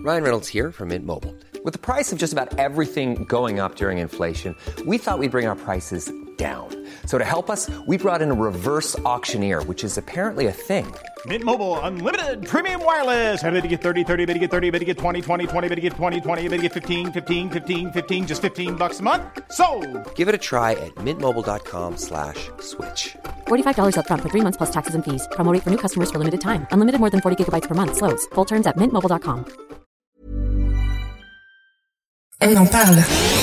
Ryan Reynolds here from Mint Mobile. With the price of just about everything going up during inflation, we thought we'd bring our prices down. So to help us, we brought in a reverse auctioneer, which is apparently a thing. Mint Mobile Unlimited Premium Wireless. How to get 30, 30, bit to get 30, bit to get 20, 20, 20, bit to get 20, 20, bit to get 15, 15, 15, 15, just $15 a month? Sold! Give it a try at mintmobile.com/switch. $45 up front for 3 months plus taxes and fees. Promo rate for new customers for limited time. Unlimited more than 40 gigabytes per month. Slows full terms at mintmobile.com. On en parle.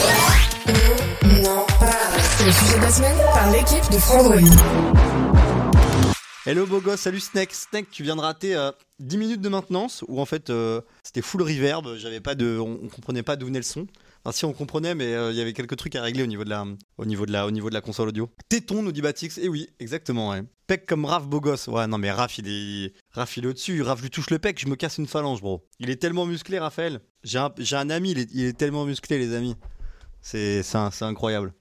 On en parle. C'est le sujet de la semaine par l'équipe de Frandroid. Hello beau gosse, salut Snake. Snake, tu viens de rater 10 minutes de maintenance où en fait c'était full reverb, on comprenait pas d'où venait le son. Enfin si on comprenait mais il y avait quelques trucs à régler au niveau de la console audio. Téton nous dit Batix, et oui, exactement ouais. Pec comme Raph beau gosse. Ouais non mais Raph il est au-dessus, Raph lui touche le pec, je me casse une phalange bro. Il est tellement musclé Raphaël. J'ai un ami, il est tellement musclé les amis. C'est incroyable.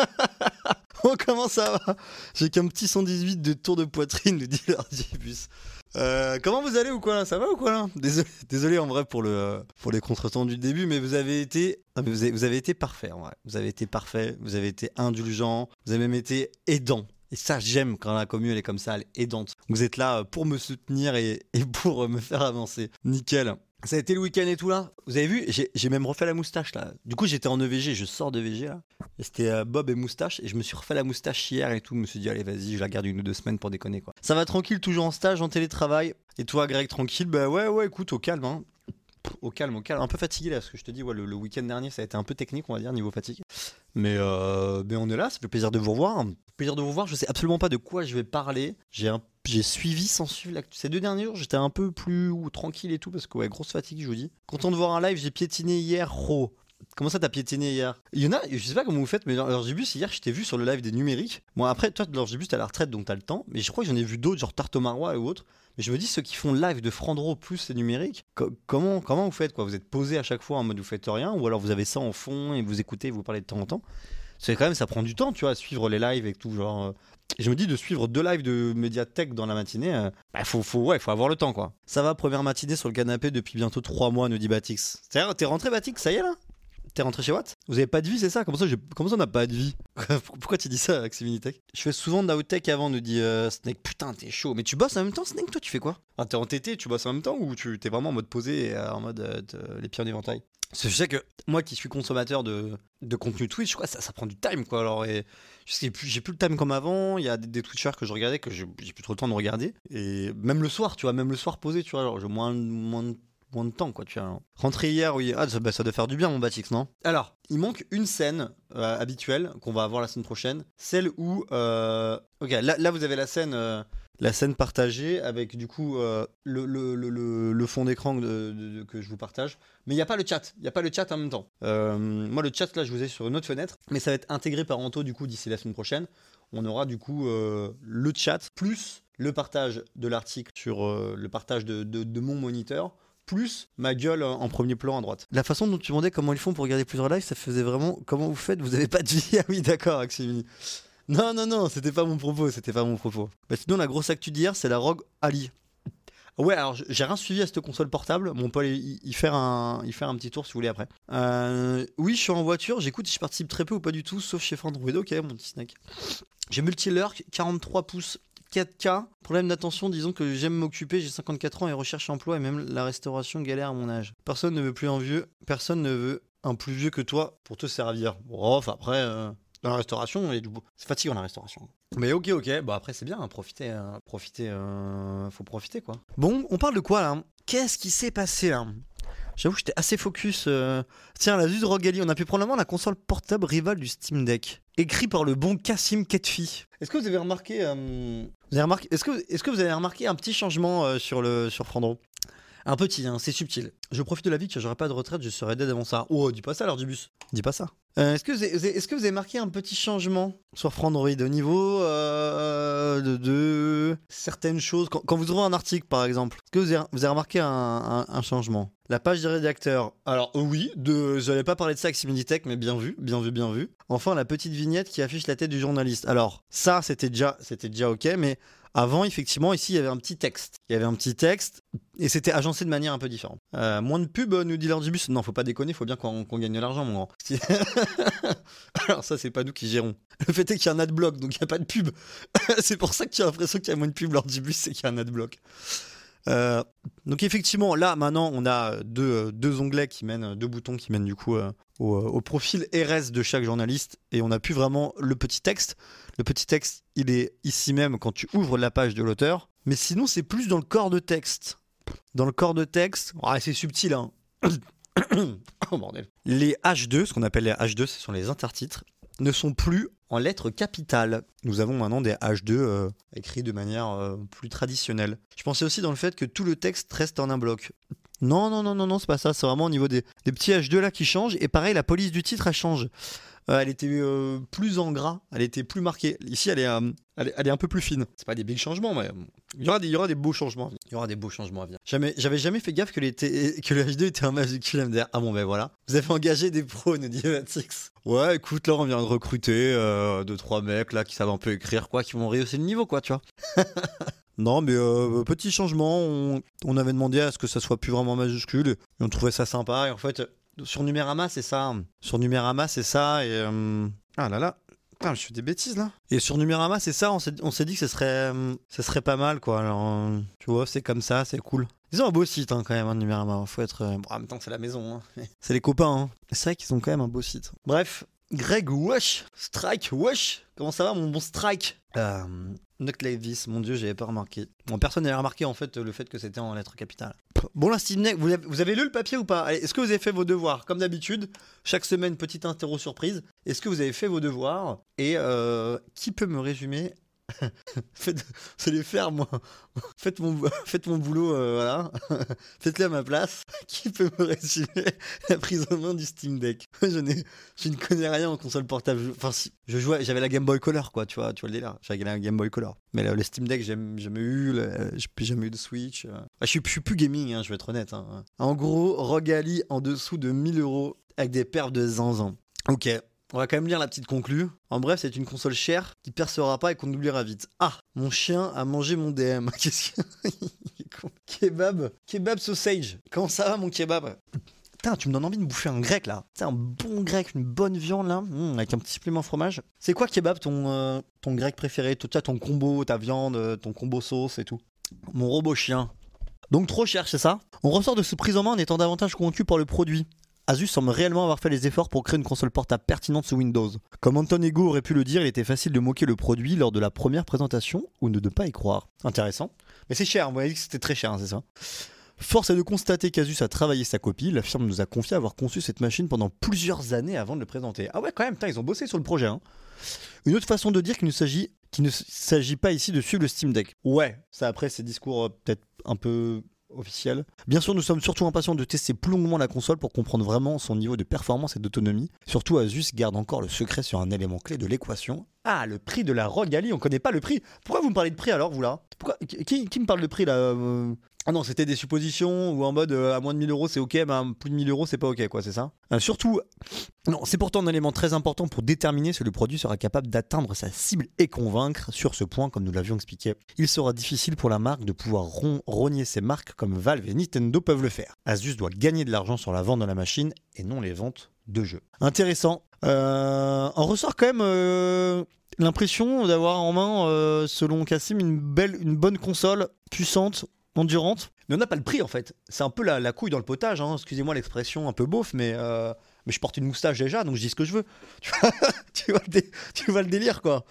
Oh, comment ça va? J'ai qu'un petit 118 de tour de poitrine, nous dit l'Ardibus. Comment vous allez ou quoi là? Ça va ou quoi là? Désolé en vrai pour les contretemps du début, mais vous avez été parfait en vrai. Vous avez été parfait, vous avez été indulgent, vous avez même été aidant. Et ça, j'aime quand la commu elle est comme ça, elle est aidante. Vous êtes là pour me soutenir et pour me faire avancer. Nickel. Ça a été le week-end et tout là. Vous avez vu, j'ai même refait la moustache là. Du coup j'étais en EVG, je sors de VG là. Et c'était Bob et moustache. Et je me suis refait la moustache hier et tout. Je me suis dit allez vas-y, je la garde 1 ou 2 semaines pour déconner quoi. Ça va tranquille, toujours en stage, en télétravail. Et toi Greg, tranquille? Bah ouais écoute, au calme hein. Au calme. Un peu fatigué là, parce que je te dis, ouais, le week-end dernier ça a été un peu technique on va dire, niveau fatigue. Mais on est là, ça fait plaisir de vous revoir. Je sais absolument pas de quoi je vais parler. J'ai suivi sans suivre l'actu. Ces 2 derniers jours, j'étais un peu plus tranquille et tout, parce que ouais, grosse fatigue, je vous dis. Content de voir un live, j'ai piétiné hier. Comment ça t'as piétiné hier? Il y en a, je sais pas comment vous faites, mais dans l'Orgibus, hier, je t'ai vu sur le live des numériques. Bon, après, toi, de l'Orgibus, t'as la retraite, donc t'as le temps. Mais je crois que j'en ai vu d'autres, genre Tartomarois ou autres. Mais je me dis, ceux qui font live de Frandro plus les numériques, comment vous faites quoi? Vous êtes posé à chaque fois en mode vous faites rien, ou alors vous avez ça en fond et vous écoutez, vous parlez de temps en temps? C'est quand même, ça prend du temps, tu vois, à suivre les lives et tout, genre. Je me dis de suivre 2 lives de Mediatek dans la matinée, faut avoir le temps quoi. Ça va, première matinée sur le canapé depuis bientôt 3 mois, nous dit Batix. C'est-à-dire, t'es rentré Batix, ça y est là? T'es rentré chez Watt? Vous avez pas de vie, c'est ça? Comment ça on n'a pas de vie? Pourquoi tu dis ça avec Civinitech? Je fais souvent de l'outtech avant, nous dit Snake. Putain, t'es chaud. Mais tu bosses en même temps, Snake? Toi, tu fais quoi? Ah, t'es en TT, tu bosses en même temps ou t'es vraiment en mode posé et en mode les pieds en éventail? Parce que je sais que moi qui suis consommateur de contenu Twitch, quoi, ça prend du time quoi. Alors, et j'ai plus le time comme avant. Il y a des Twitchers que je regardais que j'ai plus trop le temps de regarder. Et même le soir, tu vois, posé, tu vois, genre j'ai moins de temps quoi, tu vois. Rentré hier, oui, ça doit faire du bien mon Batix, non? Alors, il manque une scène habituelle qu'on va avoir la semaine prochaine, celle où ok, là vous avez la scène partagée avec du coup le fond d'écran que je vous partage, mais il n'y a pas le chat en même temps. Moi le chat là je vous ai sur une autre fenêtre, mais ça va être intégré par Anto du coup d'ici la semaine prochaine. On aura du coup le chat plus le partage de l'article sur le partage de mon moniteur, plus ma gueule en premier plan à droite. La façon dont tu demandais comment ils font pour regarder plusieurs lives, ça faisait vraiment comment vous faites, vous avez pas de vie? Ah oui d'accord Aximini. Non, c'était pas mon propos. Bah sinon la grosse actu d'hier c'est la ROG Ally. Ouais, alors j'ai rien suivi à cette console portable, mon Paul il fait un petit tour si vous voulez après. Oui, je suis en voiture, j'écoute, je participe très peu ou pas du tout, sauf chez Frandroid, ok mon petit snack. J'ai multi-lurk, 43 pouces, 4K, problème d'attention, disons que j'aime m'occuper, j'ai 54 ans et recherche emploi et même la restauration galère à mon âge. Personne ne veut un plus vieux que toi pour te servir. Bon, enfin après, dans la restauration, c'est fatigant la restauration. Mais ok, bah après c'est bien, hein, faut profiter quoi. Bon, on parle de quoi là? Qu'est-ce qui s'est passé là? J'avoue que j'étais assez focus. Tiens, la vue de ROG Ally, on a pu prendre la main la console portable rivale du Steam Deck. Écrit par le bon Kassim Ketfi. Est-ce que vous avez remarqué, est-ce que vous avez remarqué un petit changement sur Frandro? Un petit, hein, c'est subtil. Je profite de la vie que j'aurai pas de retraite, je serai dead avant ça. Oh, dis pas ça, l'heure du bus. Dis pas ça. Est-ce que vous avez marqué un petit changement sur Frandroid au niveau de certaines choses quand vous ouvrez un article, par exemple, est-ce que vous avez remarqué un changement? La page des rédacteurs. Alors oui, j'allais pas parler de ça avec Similitech, mais bien vu. Enfin, la petite vignette qui affiche la tête du journaliste. Alors, ça, c'était déjà ok, mais Avant, effectivement, ici, il y avait un petit texte. Et c'était agencé de manière un peu différente. Moins de pub, nous dit l'Ordibus. Non, faut pas déconner, faut bien qu'on gagne de l'argent, mon grand. Alors ça, c'est pas nous qui gérons. Le fait est qu'il y a un adblock, donc il n'y a pas de pub. C'est pour ça que tu as l'impression qu'il y a moins de pub, l'Ordibus, c'est qu'il y a un adblock. Donc effectivement, là, maintenant, on a deux onglets qui mènent, deux boutons qui mènent du coup au profil RS de chaque journaliste. Et on n'a plus vraiment le petit texte. Le petit texte, il est ici même quand tu ouvres la page de l'auteur. Mais sinon, c'est plus dans le corps de texte. Dans le corps de texte, c'est subtil, hein. Oh bordel. Les H2, ce qu'on appelle les H2, ce sont les intertitres, ne sont plus en lettres capitales. Nous avons maintenant des H2 écrits de manière plus traditionnelle. Je pensais aussi dans le fait que tout le texte reste en un bloc. Non, c'est pas ça. C'est vraiment au niveau des petits H2 là qui changent. Et pareil, la police du titre, elle change. Elle était plus en gras, elle était plus marquée. Ici, elle est un peu plus fine. C'est pas des big changements, mais il y aura des beaux changements. Il y aura des beaux changements à venir. J'avais jamais fait gaffe que le H2 était un majuscule. À me dire, ah bon, ben voilà. Vous avez engagé des pros, nous dit Matix. Ouais, écoute, là, on vient de recruter 2-3 mecs là qui savent un peu écrire, quoi, qui vont rehausser le niveau, quoi, tu vois. Non, mais petit changement. On avait demandé à ce que ça soit plus vraiment majuscule. Et on trouvait ça sympa. Et en fait. Sur Numérama, c'est ça. Et ah là là. Putain, je fais des bêtises là. Et sur Numérama, c'est ça. On s'est dit que ce serait pas mal, quoi. Alors, tu vois, c'est comme ça, c'est cool. Ils ont un beau site, hein, quand même, hein, Numérama. Faut être. En même temps, c'est la maison. Hein. C'est les copains. Hein. C'est vrai qu'ils ont quand même un beau site. Bref, Greg Wesh, Strike Wesh. Comment ça va, mon bon Strike? Not like this, mon dieu, j'avais pas remarqué. Bon, personne n'avait remarqué en fait le fait que c'était en lettres capitales. Bon, là, Steam Deck, vous avez lu le papier ou pas? Allez, est-ce que vous avez fait vos devoirs? Comme d'habitude, chaque semaine, petite interro surprise. Est-ce que vous avez fait vos devoirs? Et qui peut me résumer? C'est les faire, moi. Faites mon boulot, voilà. Faites-le à ma place. Qui peut me résumer la prise en main du Steam Deck? Je ne connais rien en console portable. Enfin, si, j'avais la Game Boy Color, quoi, tu vois le délire. J'avais la Game Boy Color. Mais le Steam Deck, j'ai jamais eu de Switch. Je suis plus gaming, hein, je vais être honnête. Hein. En gros, Rogue Ally en dessous de 1 000 € avec des perfs de zinzin. Ok. On va quand même lire la petite conclue. En bref, c'est une console chère qui percera pas et qu'on oubliera vite. Ah, mon chien a mangé mon DM. Qu'est-ce qu'il y a? Kebab sausage. Comment ça va, mon kebab? Putain, tu me donnes envie de me bouffer un grec là. C'est un bon grec, une bonne viande là, avec un petit supplément fromage. C'est quoi, kebab, ton grec préféré? Ton combo, ta viande, ton combo sauce et tout. Mon robot chien. Donc trop cher, c'est ça? On ressort de ce prise en main en étant davantage convaincu par le produit. Asus semble réellement avoir fait les efforts pour créer une console portable pertinente sous Windows. Comme Anton Ego aurait pu le dire, il était facile de moquer le produit lors de la première présentation ou de ne pas y croire. Intéressant. Mais c'est cher, vous m'avez dit que c'était très cher, hein, c'est ça? Force est de constater qu'Asus a travaillé sa copie. La firme nous a confié avoir conçu cette machine pendant plusieurs années avant de le présenter. Ah ouais, quand même, ils ont bossé sur le projet. Hein. Une autre façon de dire qu'il ne s'agit pas ici de suivre le Steam Deck. Ouais, ça après, ces discours peut-être un peu officiel. Bien sûr, nous sommes surtout impatients de tester plus longuement la console pour comprendre vraiment son niveau de performance et d'autonomie. Surtout, Asus garde encore le secret sur un élément clé de l'équation. Ah, le prix de la Rogue Ally, on connaît pas le prix. Pourquoi vous me parlez de prix alors, vous là? Qui me parle de prix là? Ah non, c'était des suppositions ou en mode à moins de 1 000 € c'est ok, mais à plus de 1 000 € c'est pas ok, quoi, c'est ça? Surtout, non, c'est pourtant un élément très important pour déterminer si le produit sera capable d'atteindre sa cible et convaincre. Sur ce point, comme nous l'avions expliqué, il sera difficile pour la marque de pouvoir rogner ses marques comme Valve et Nintendo peuvent le faire. Asus doit gagner de l'argent sur la vente de la machine et non les ventes de jeux. Intéressant. On ressort quand même l'impression d'avoir en main, selon Cassim, une bonne console puissante, endurante, mais on n'a pas le prix en fait. C'est un peu la couille dans le potage, hein. Excusez-moi l'expression un peu beauf, mais je porte une moustache déjà, donc je dis ce que je veux. Tu vois le délire, quoi.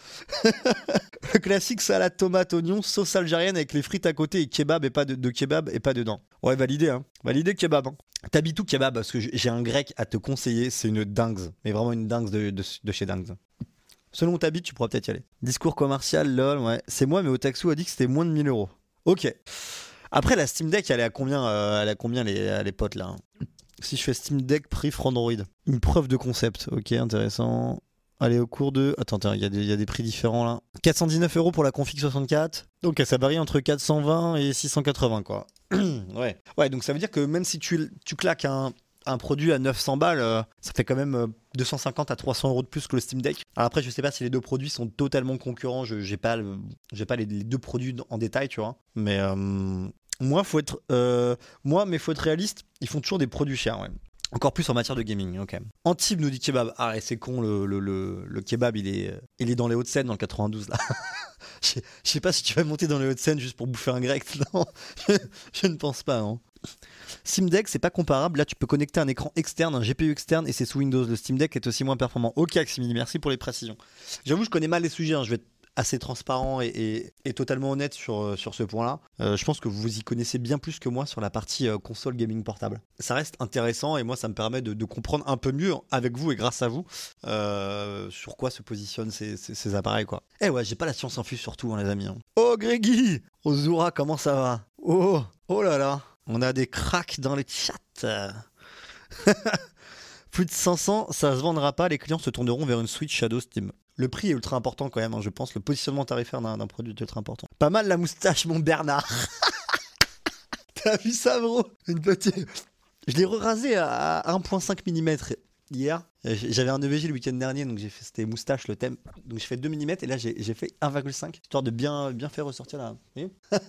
Le classique salade tomate oignon, sauce algérienne avec les frites à côté et kebab et pas de kebab et pas dedans. Ouais, validé, hein. Validé kebab. Hein. T'habites où kebab? Parce que j'ai un grec à te conseiller, c'est une dingue, mais vraiment une dingue de chez dingue. Selon où t'habites, tu pourras peut-être y aller. Discours commercial, lol, ouais. C'est moi, mais Otaxu a dit que c'était moins de 1 000 €. Ok. Après, la Steam Deck, elle est à combien les potes là? Si je fais Steam Deck prix for Android. Une preuve de concept. Ok, intéressant. Allez, au cours de... Attends, il y a des prix différents là. 419 € pour la config 64. Donc ça varie entre 420 et 680, quoi. Ouais, donc ça veut dire que même si tu claques un un produit à 900 balles, ça fait quand même 250 à 300 euros de plus que le Steam Deck. Alors après, je sais pas si les deux produits sont totalement concurrents, j'ai pas les deux produits en détail, tu vois. Mais faut être réaliste, ils font toujours des produits chers, ouais. Encore plus en matière de gaming, ok. Antibes nous dit kebab. Ah, c'est con, le kebab, il est dans les Hauts-de-Seine, dans le 92, là. Je sais pas si tu vas monter dans les Hauts-de-Seine juste pour bouffer un grec, non. Je ne pense pas, non. Steam Deck, c'est pas comparable. Là, tu peux connecter un écran externe, un GPU externe, et c'est sous Windows. Le Steam Deck est aussi moins performant. Ok, Aximili, merci pour les précisions. J'avoue, je connais mal les sujets, hein. Je vais être assez transparent et totalement honnête sur ce point-là. Je pense que vous y connaissez bien plus que moi sur la partie console gaming portable. Ça reste intéressant et moi ça me permet de comprendre un peu mieux avec vous et grâce à vous sur quoi se positionnent ces appareils, quoi. Eh ouais, j'ai pas la science infuse surtout, hein, les amis. Hein. Oh Grégy, Ozura, comment ça va? Oh là là, on a des cracks dans les chats. Plus de 500, ça se vendra pas, les clients se tourneront vers une Switch Shadow Steam. Le prix est ultra important quand même, hein, je pense. Le positionnement tarifaire d'un produit est ultra important. Pas mal la moustache, mon Bernard. T'as vu ça, bro? Une petite... Je l'ai rasé à 1.5 mm hier. J'avais un EVG le week-end dernier, donc c'était moustache le thème. Donc j'ai fait 2 mm et là j'ai fait 1,5, histoire de bien faire ressortir là. Vous voyez?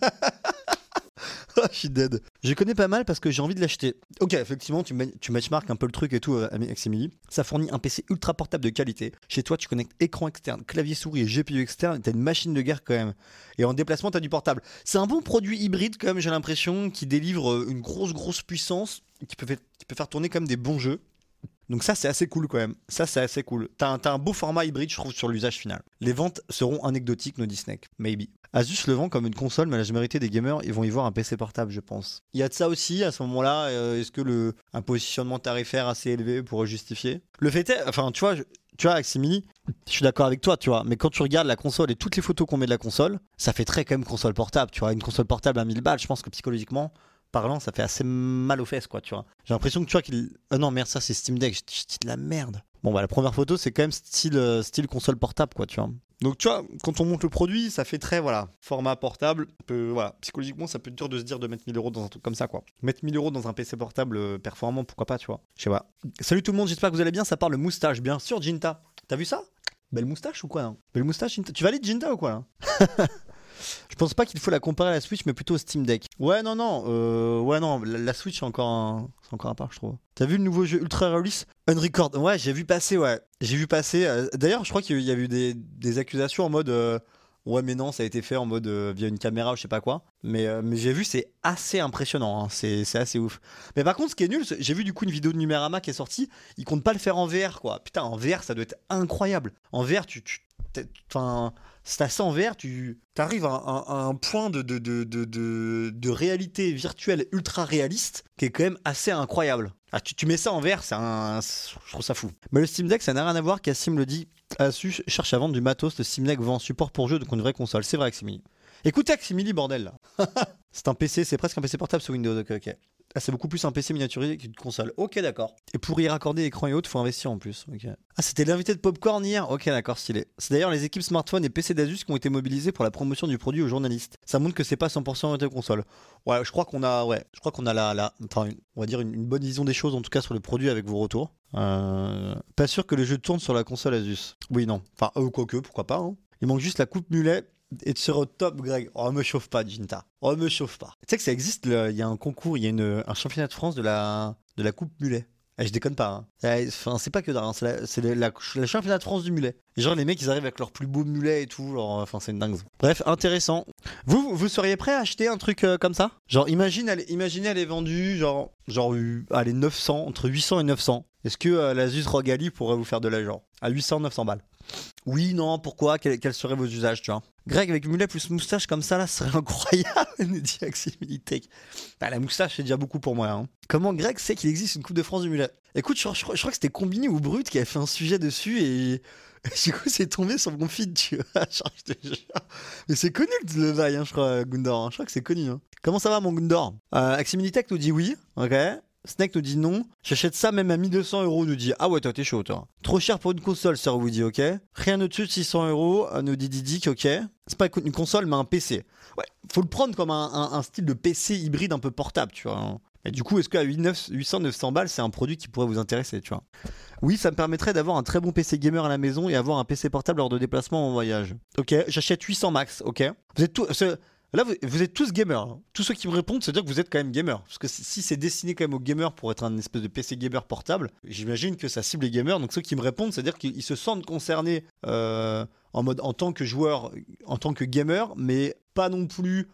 Oh, je suis dead. Je connais pas mal parce que j'ai envie de l'acheter. Ok, effectivement, tu matchmarques un peu le truc et tout, Aximili. Ça fournit un PC ultra portable de qualité. Chez toi, tu connectes écran externe, clavier souris et GPU externe. T'as une machine de guerre quand même. Et en déplacement, t'as du portable. C'est un bon produit hybride quand même, j'ai l'impression, qui délivre une grosse puissance, qui peut faire tourner quand même des bons jeux. Donc ça, c'est assez cool quand même. Ça, c'est assez cool. T'as un beau format hybride, je trouve, sur l'usage final. Les ventes seront anecdotiques, nous dit Snake. Maybe. Asus le vend comme une console, mais la majorité des gamers, ils vont y voir un PC portable, je pense. Il y a de ça aussi, à ce moment-là. Est-ce que un positionnement tarifaire assez élevé pourrait justifier? Le fait est, enfin, tu vois, Aximili, je suis d'accord avec toi, tu vois, mais quand tu regardes la console et toutes les photos qu'on met de la console, ça fait très quand même console portable, tu vois. Une console portable à 1000 balles, je pense que psychologiquement parlant, ça fait assez mal aux fesses, quoi, tu vois. J'ai l'impression que tu vois qu'il... Ah non, merde, ça c'est Steam Deck, je dis de la merde. Bon, bah la première photo, c'est quand même style console portable, quoi, tu vois. Donc, tu vois, quand on monte le produit, ça fait très, voilà, format portable. Psychologiquement, ça peut être dur de se dire de mettre 1000 euros dans un truc comme ça, quoi. Mettre 1000 euros dans un PC portable performant, pourquoi pas, tu vois. Je sais pas. Salut tout le monde, j'espère que vous allez bien. Ça parle de moustache, bien sûr, Jinta. T'as vu ça? Belle moustache ou quoi, hein? Belle moustache, Jinta. Tu valides Jinta ou quoi, là? Je pense pas qu'il faut la comparer à la Switch, mais plutôt au Steam Deck. Ouais, non, la Switch, c'est encore un part, je trouve. T'as vu le nouveau jeu ultra réaliste Unrecord? Ouais, j'ai vu passer. D'ailleurs, je crois qu'il y a eu des accusations en mode... ouais, mais non, ça a été fait en mode via une caméra ou je sais pas quoi. Mais j'ai vu, c'est assez impressionnant. Hein. C'est assez ouf. Mais par contre, ce qui est nul, j'ai vu du coup une vidéo de Numérama qui est sortie. Ils comptent pas le faire en VR, quoi. Putain, en VR, ça doit être incroyable. En VR, si t'as ça en VR, tu arrives à un point de réalité virtuelle ultra réaliste qui est quand même assez incroyable. Ah, tu mets ça en VR, je trouve ça fou. Mais le Steam Deck, ça n'a rien à voir. Cassim le dit. Asus cherche à vendre du matos. Le Steam Deck vend un support pour jeu, donc une vraie console. C'est vrai, Aximili. Écoutez, Aximili, bordel là. C'est un PC, c'est presque un PC portable sous Windows. Ok. Ah, c'est beaucoup plus un PC miniaturisé qu'une console. Ok, d'accord. Et pour y raccorder écran et autres, faut investir en plus. Okay. Ah, c'était l'invité de Popcorn hier. Ok, d'accord, stylé. C'est d'ailleurs les équipes smartphones et PC d'Asus qui ont été mobilisées pour la promotion du produit aux journalistes. Ça montre que c'est pas 100% orienté console. Ouais, je crois qu'on a on va dire une bonne vision des choses en tout cas sur le produit avec vos retours. Pas sûr que le jeu tourne sur la console Asus. Oui, non. Enfin, quoique, pourquoi pas. Hein. Il manque juste la coupe mulet. Et tu seras au top, Greg. Oh, me chauffe pas, Jinta. Oh, me chauffe pas. Tu sais que ça existe, il y a un concours, il y a un championnat de France de la coupe mulet. Je déconne pas. Hein. Enfin, c'est pas que d'art, hein. C'est le championnat de France du mulet. Et genre, les mecs, ils arrivent avec leur plus beau mulet et tout. Enfin, c'est une dingue. Bref, intéressant. Vous seriez prêt à acheter un truc comme ça? Genre, imaginez, elle est vendue, allez, 900, entre 800 et 900. Est-ce que l'Asus ROG Ally pourrait vous faire de l'argent? À 800, 900 balles. Oui, non, pourquoi? Quels seraient vos usages, tu vois? Greg, avec mulet plus moustache comme ça, là, ce serait incroyable, nous dit Aximili Tech. Bah, la moustache, c'est déjà beaucoup pour moi. Hein. Comment Greg sait qu'il existe une Coupe de France du mulet? Écoute, je crois que c'était Combiné ou Brut qui avait fait un sujet dessus et du coup, c'est tombé sur mon feed, tu vois. Je te jure. Mais c'est connu le bail, hein, je crois, Gundor. Hein. Je crois que c'est connu. Hein. Comment ça va, mon Gundor? Aximili Tech nous dit oui, ok. Snake nous dit non. J'achète ça même à 1200 €, nous dit. Ah ouais, toi, t'es chaud, toi. Trop cher pour une console, ça vous dit, ok. Rien au-dessus de 600 €, nous dit Didic, ok. C'est pas une console, mais un PC. Ouais, faut le prendre comme un style de PC hybride un peu portable, tu vois. Et du coup, est-ce qu'à 800-900 balles, c'est un produit qui pourrait vous intéresser, tu vois? Oui, ça me permettrait d'avoir un très bon PC gamer à la maison et avoir un PC portable lors de déplacements en voyage. Ok, j'achète 800 max, ok. Vous êtes là, vous êtes tous gamers. Hein. Tous ceux qui me répondent, c'est-à-dire que vous êtes quand même gamers. Parce que si c'est destiné quand même aux gamers pour être un espèce de PC gamer portable, j'imagine que ça cible les gamers. Donc ceux qui me répondent, c'est-à-dire qu'ils se sentent concernés en tant que joueur, en tant que gamer, mais pas non plus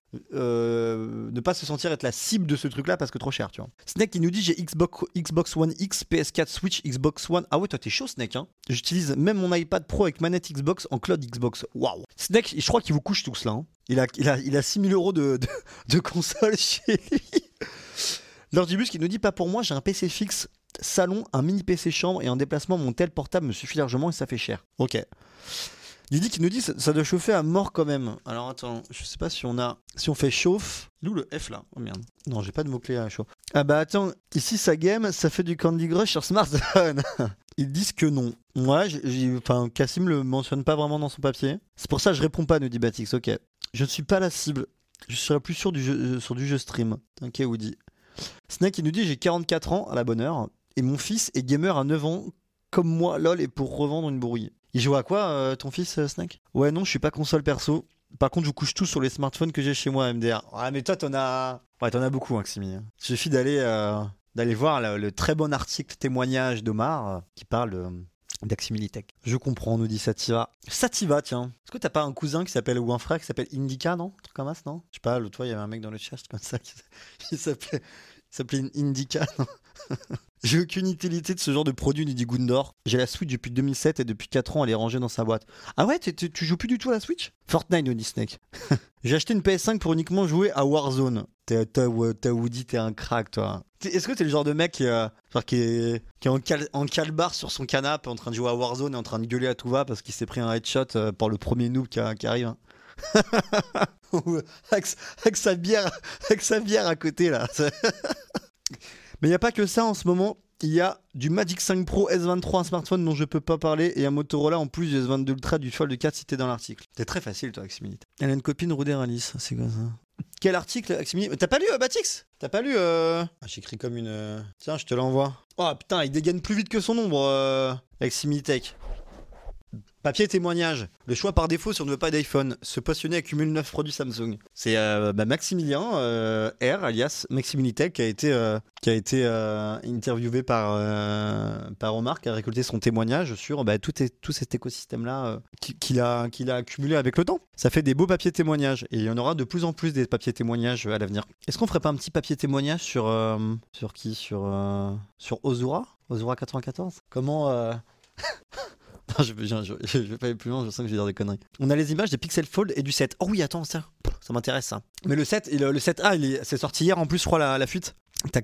ne pas se sentir être la cible de ce truc-là parce que trop cher, tu vois. Snake qui nous dit j'ai Xbox One X, PS4, Switch, Xbox One. Ah ouais, toi t'es chaud, Snake, hein. J'utilise même mon iPad Pro avec manette Xbox en cloud Xbox. Waouh. Snake, je crois qu'il vous couche tous là. Hein. Il a 6 000 euros de console chez lui. Lordibus qui nous dit pas pour moi, j'ai un PC fixe, salon, un mini PC chambre et en déplacement, mon tel portable me suffit largement et ça fait cher. Ok. Didi qui nous dit ça doit chauffer à mort quand même. Alors attends, je sais pas si on fait chauffe. Il est où le F là? Oh merde. Non, j'ai pas de mot-clé à chaud. Ah bah attends, ici ça game, ça fait du Candy Crush sur smartphone. Ils disent que non. Ouais, Cassim le mentionne pas vraiment dans son papier. C'est pour ça que je réponds pas, nous dit Batix. Ok. Je ne suis pas la cible. Je serai plus sûr du jeu stream. Ok, Woody. Snake qui nous dit j'ai 44 ans à la bonne heure et mon fils est gamer à 9 ans comme moi, lol, et pour revendre une brouille. Il joue à quoi, ton fils, Snake? Ouais, non, je suis pas console perso. Par contre, je couche tout sur les smartphones que j'ai chez moi, MDR. Ouais, mais toi, t'en as beaucoup, hein, Ximi. Il suffit d'aller voir le très bon article témoignage d'Omar qui parle d'Aximilitech. Je comprends, nous dit Sativa. Sativa, tiens. Est-ce que t'as pas un cousin qui s'appelle ou un frère qui s'appelle Indica, non? Un truc comme ça, non? Je sais pas, l'autre fois, il y avait un mec dans le chat comme ça qui s'appelait Indica, non? J'ai aucune utilité de ce genre de produit, nous dit Gundor. J'ai la Switch depuis 2007 et depuis 4 ans, elle est rangée dans sa boîte. Ah ouais, tu joues plus du tout à la Switch? Fortnite, nous dit Snake. J'ai acheté une PS5 pour uniquement jouer à Warzone. T'as Woody, t'es un crack, toi. Est-ce que t'es le genre de mec qui est en calbar sur son canapé en train de jouer à Warzone et en train de gueuler à tout va parce qu'il s'est pris un headshot par le premier noob qui arrive, hein. avec sa bière à côté, là. Mais il n'y a pas que ça en ce moment, il y a du Magic 5 Pro S23, un smartphone dont je peux pas parler, et un Motorola en plus du S22 Ultra du Fold 4 cité dans l'article. C'est très facile toi, Aximilite. Elle a une copine Ruder Alice, c'est quoi ça? Quel article, Aximilite? T'as pas lu Batix? T'as pas lu j'écris comme une... Tiens, je te l'envoie. Oh putain, il dégaine plus vite que son ombre, Aximilitech. Papier témoignage. Le choix par défaut si on ne veut pas d'iPhone. Ce passionné accumule 9 produits Samsung. C'est Maximilien R alias Maximilitech qui a été interviewé par Omar, qui a récolté son témoignage sur tout cet écosystème-là qu'il a accumulé avec le temps. Ça fait des beaux papiers témoignages et il y en aura de plus en plus des papiers témoignages à l'avenir. Est-ce qu'on ferait pas un petit papier témoignage sur qui? Sur Ozura 94? Comment Non, je vais pas aller plus loin, je sens que je vais dire des conneries. On a les images des Pixel Fold et du 7. Oh oui, attends, ça m'intéresse ça. Mais le 7, le 7A, c'est sorti hier en plus, je crois, la fuite. Tac.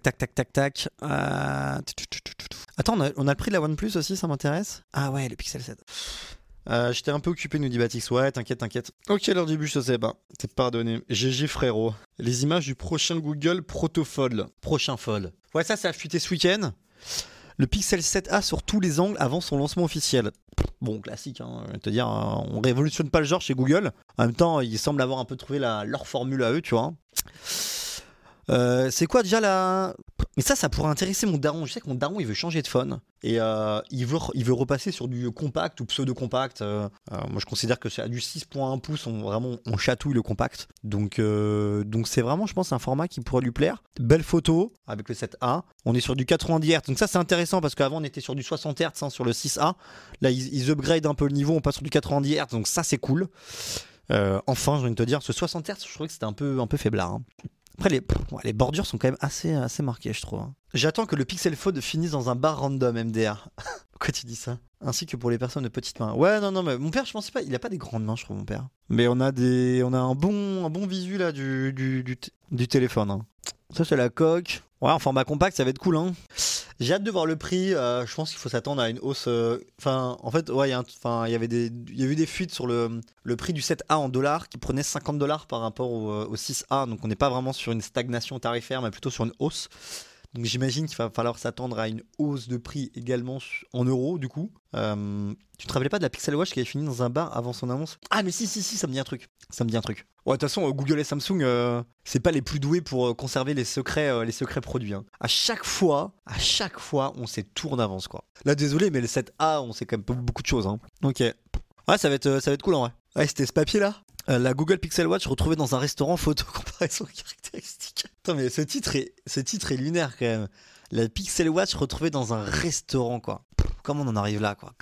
Attends, on a le prix de la OnePlus aussi, ça m'intéresse. Ah ouais, le Pixel 7. J'étais un peu occupé, nous dit Batix. Ouais, t'inquiète. Ok, l'heure du but, je sais pas. C'est pardonné. GG frérot. Les images du prochain Google Protofold. Prochain Fold. Ouais, ça a fuité ce week-end. Le Pixel 7a sur tous les angles avant son lancement officiel. Bon, classique, hein, je vais te dire, on révolutionne pas le genre chez Google. En même temps, ils semblent avoir un peu trouvé leur formule à eux, tu vois. C'est quoi déjà la... Mais ça pourrait intéresser mon daron. Je sais que mon daron, il veut changer de phone. Et il veut repasser sur du compact ou pseudo-compact. Moi, je considère que c'est à du 6.1 pouces, on chatouille le compact. Donc c'est vraiment, je pense, un format qui pourrait lui plaire. Belle photo avec le 7A. On est sur du 90 Hz. Donc ça, c'est intéressant parce qu'avant, on était sur du 60 Hz hein, sur le 6A. Là, ils upgradent un peu le niveau. On passe sur du 90 Hz. Donc ça, c'est cool. Enfin, j'ai envie de te dire, ce 60 Hz, je trouvais que c'était un peu faiblard. Hein. Après, les bordures sont quand même assez marquées, je trouve. J'attends que le Pixel Fold finisse dans un bar random MDR. Pourquoi tu dis ça? Ainsi que pour les personnes de petites mains. Ouais, non, mais mon père, je pensais pas, il a pas des grandes mains, je trouve, mon père. Mais on a un bon visu là du téléphone. Hein. Ça, c'est la coque. Ouais, en format compact, ça va être cool, hein. J'ai hâte de voir le prix. Je pense qu'il faut s'attendre à une hausse. En fait, ouais, il y a eu des fuites sur le prix du 7A en dollars qui prenait $50 par rapport au 6A. Donc, on n'est pas vraiment sur une stagnation tarifaire, mais plutôt sur une hausse. Donc j'imagine qu'il va falloir s'attendre à une hausse de prix également en euros du coup. Tu te rappelais pas de la Pixel Watch qui avait fini dans un bar avant son annonce? Ah mais si, ça me dit un truc. Ouais, de toute façon, Google et Samsung, c'est pas les plus doués pour conserver les secrets produits. Hein. À chaque fois, on sait tout en avance quoi. Là désolé, mais le 7A, on sait quand même pas beaucoup de choses. Hein. Ok. Ouais, ça va être cool en vrai. Ouais, c'était ce papier là. La Google Pixel Watch retrouvée dans un restaurant, photo comparaison caractéristique. Attends mais ce titre est lunaire quand même. La Pixel Watch retrouvée dans un restaurant quoi. Comment on en arrive là quoi?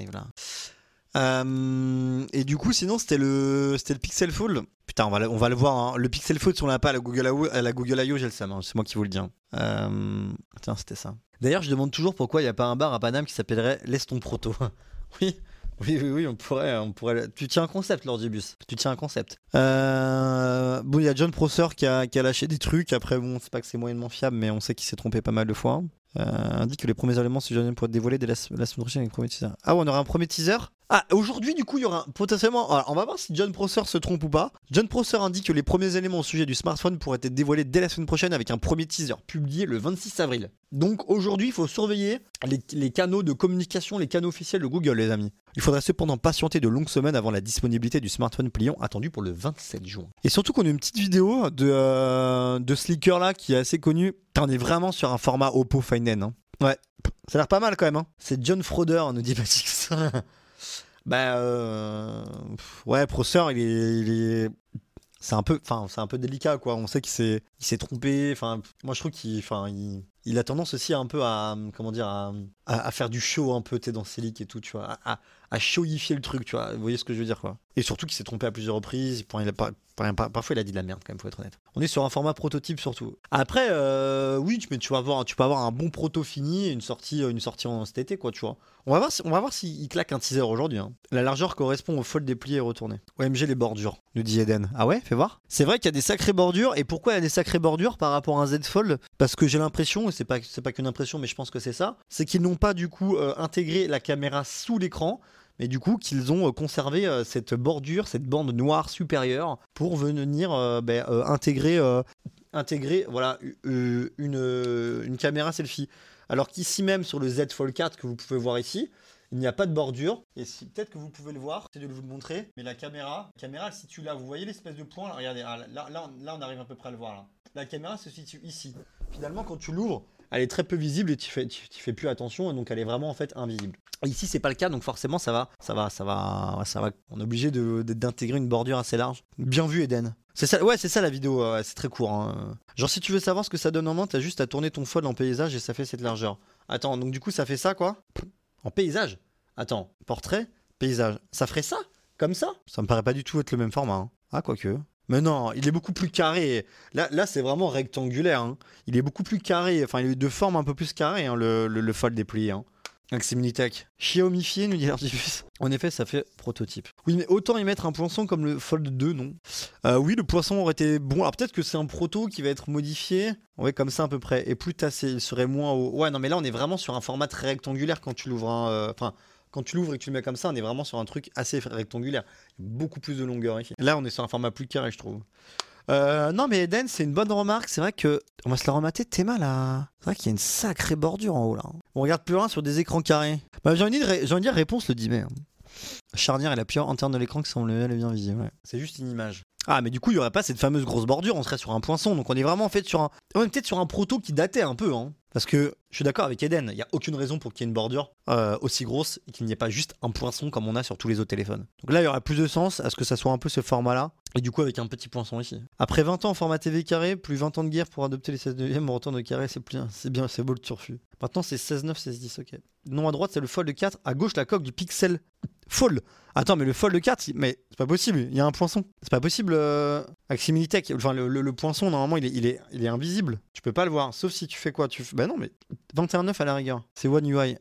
Et du coup sinon c'était le Pixel Fold. Putain on va le voir hein. Le Pixel Fold si on l'a pas à la Google I.O. j'ai le seum hein. C'est moi qui vous le dis hein. Tiens c'était ça. D'ailleurs je demande toujours pourquoi il n'y a pas un bar à Paname qui s'appellerait Laisse ton proto. Oui, on pourrait. Tu tiens un concept, Lordibus. Bon, il y a John Prosser qui a lâché des trucs. Après, bon, c'est pas que c'est moyennement fiable, mais on sait qu'il s'est trompé pas mal de fois. Indique que les premiers éléments pour être dévoilés dès la semaine prochaine avec le premier teaser. Ah ouais, on aura un premier teaser. Ah, aujourd'hui, du coup, il y aura potentiellement. Alors, on va voir si John Prosser se trompe ou pas. John Prosser indique que les premiers éléments au sujet du smartphone pourraient être dévoilés dès la semaine prochaine avec un premier teaser publié le 26 avril. Donc aujourd'hui, il faut surveiller les canaux de communication, les canaux officiels de Google, les amis. Il faudra cependant patienter de longues semaines avant la disponibilité du smartphone pliant attendu pour le 27 juin. Et surtout qu'on a une petite vidéo de ce leaker là qui est assez connu. On est vraiment sur un format Oppo Find N. Hein. Ouais, ça a l'air pas mal quand même. Hein. C'est John Froder, nous dit Batix. Ouais, Prosser, il est c'est un peu délicat quoi. On sait qu'il s'est trompé. Enfin, moi je trouve qu'il a tendance aussi un peu à faire du show un peu, t'es dans ses leaks et tout, tu vois, à showifier le truc, tu vois. Vous voyez ce que je veux dire quoi. Et surtout qu'il s'est trompé à plusieurs reprises. Parfois il a dit de la merde quand même, faut être honnête. On est sur un format prototype surtout. Après, oui, tu peux avoir un bon proto fini, une sortie en cet été quoi, tu vois. On va voir s'il claque un teaser aujourd'hui. Hein. La largeur correspond au fold déplié et retourné. OMG les bordures, nous dit Eden. Ah ouais, fais voir. C'est vrai qu'il y a des sacrées bordures. Et pourquoi il y a des sacrées bordures par rapport à un Z Fold? Parce que j'ai l'impression, et c'est pas qu'une impression, mais je pense que c'est ça, c'est qu'ils n'ont pas du coup intégré la caméra sous l'écran. Mais du coup qu'ils ont conservé cette bordure, cette bande noire supérieure pour venir intégrer voilà, une caméra selfie. Alors qu'ici même sur le Z Fold 4 que vous pouvez voir ici, il n'y a pas de bordure. Et peut-être que vous pouvez le voir, j'essaie de vous le montrer. Mais la caméra elle se situe là. Vous voyez l'espèce de point là, regardez, là on arrive à peu près à le voir là. La caméra se situe ici. Finalement quand tu l'ouvres, elle est très peu visible et tu fais plus attention et donc elle est vraiment en fait invisible. Ici c'est pas le cas donc forcément ça va. On est obligé d'intégrer une bordure assez large. Bien vu Eden. C'est ça la vidéo, c'est très court. Hein. Genre si tu veux savoir ce que ça donne en main, t'as juste à tourner ton fold en paysage et ça fait cette largeur. Attends, donc du coup ça fait ça quoi? En paysage? Attends, portrait, paysage. Ça ferait ça? Comme ça? Ça me paraît pas du tout être le même format. Hein. Ah quoique. Mais non, il est beaucoup plus carré. Là c'est vraiment rectangulaire. Hein. Il est beaucoup plus carré. Enfin, il est de forme un peu plus carrée, hein, le fold déplié. Hein. Avec ses Minitech. Xiaomifié, nous dit Artifus. En effet, ça fait prototype. Oui, mais autant y mettre un poinçon comme le Fold 2, non? Oui, le poinçon aurait été bon. Alors peut-être que c'est un proto qui va être modifié. Ouais, comme ça à peu près. Et plus tassé, il serait moins haut. Ouais, non, mais là, on est vraiment sur un format très rectangulaire quand tu l'ouvres. Enfin, quand tu l'ouvres et que tu le mets comme ça, on est vraiment sur un truc assez rectangulaire. Beaucoup plus de longueur ici. Là, on est sur un format plus carré, je trouve. Non mais Eden, c'est une bonne remarque. C'est vrai que on va se la remater. Théma là, c'est vrai qu'il y a une sacrée bordure en haut là. On regarde plus rien sur des écrans carrés. Bah, j'ai envie de dire réponse le 10 mai. Charnière et la pure interne de l'écran qui semble bien visible. Ouais. C'est juste une image. Ah mais du coup il y aurait pas cette fameuse grosse bordure. On serait sur un poinçon. Donc on est vraiment en fait sur peut-être sur un proto qui datait un peu. Hein. Parce que je suis d'accord avec Eden, il n'y a aucune raison pour qu'il y ait une bordure aussi grosse et qu'il n'y ait pas juste un poinçon comme on a sur tous les autres téléphones. Donc là, il y aurait plus de sens à ce que ça soit un peu ce format-là, et du coup avec un petit poinçon ici. Après 20 ans en format TV carré, plus 20 ans de guerre pour adopter les 16/9, on retourne au carré, c'est bien, c'est beau le turfu. Maintenant c'est 16/9, 16/10, ok. Non à droite c'est le Fold 4, à gauche la coque du Pixel Fold. Attends mais le Fold 4, mais c'est pas possible, il y a un poinçon. C'est pas possible avec Similitech, enfin le poinçon normalement il est invisible. Tu peux pas le voir, sauf si tu fais quoi? Bah non mais 21/9 à la rigueur, c'est One UI.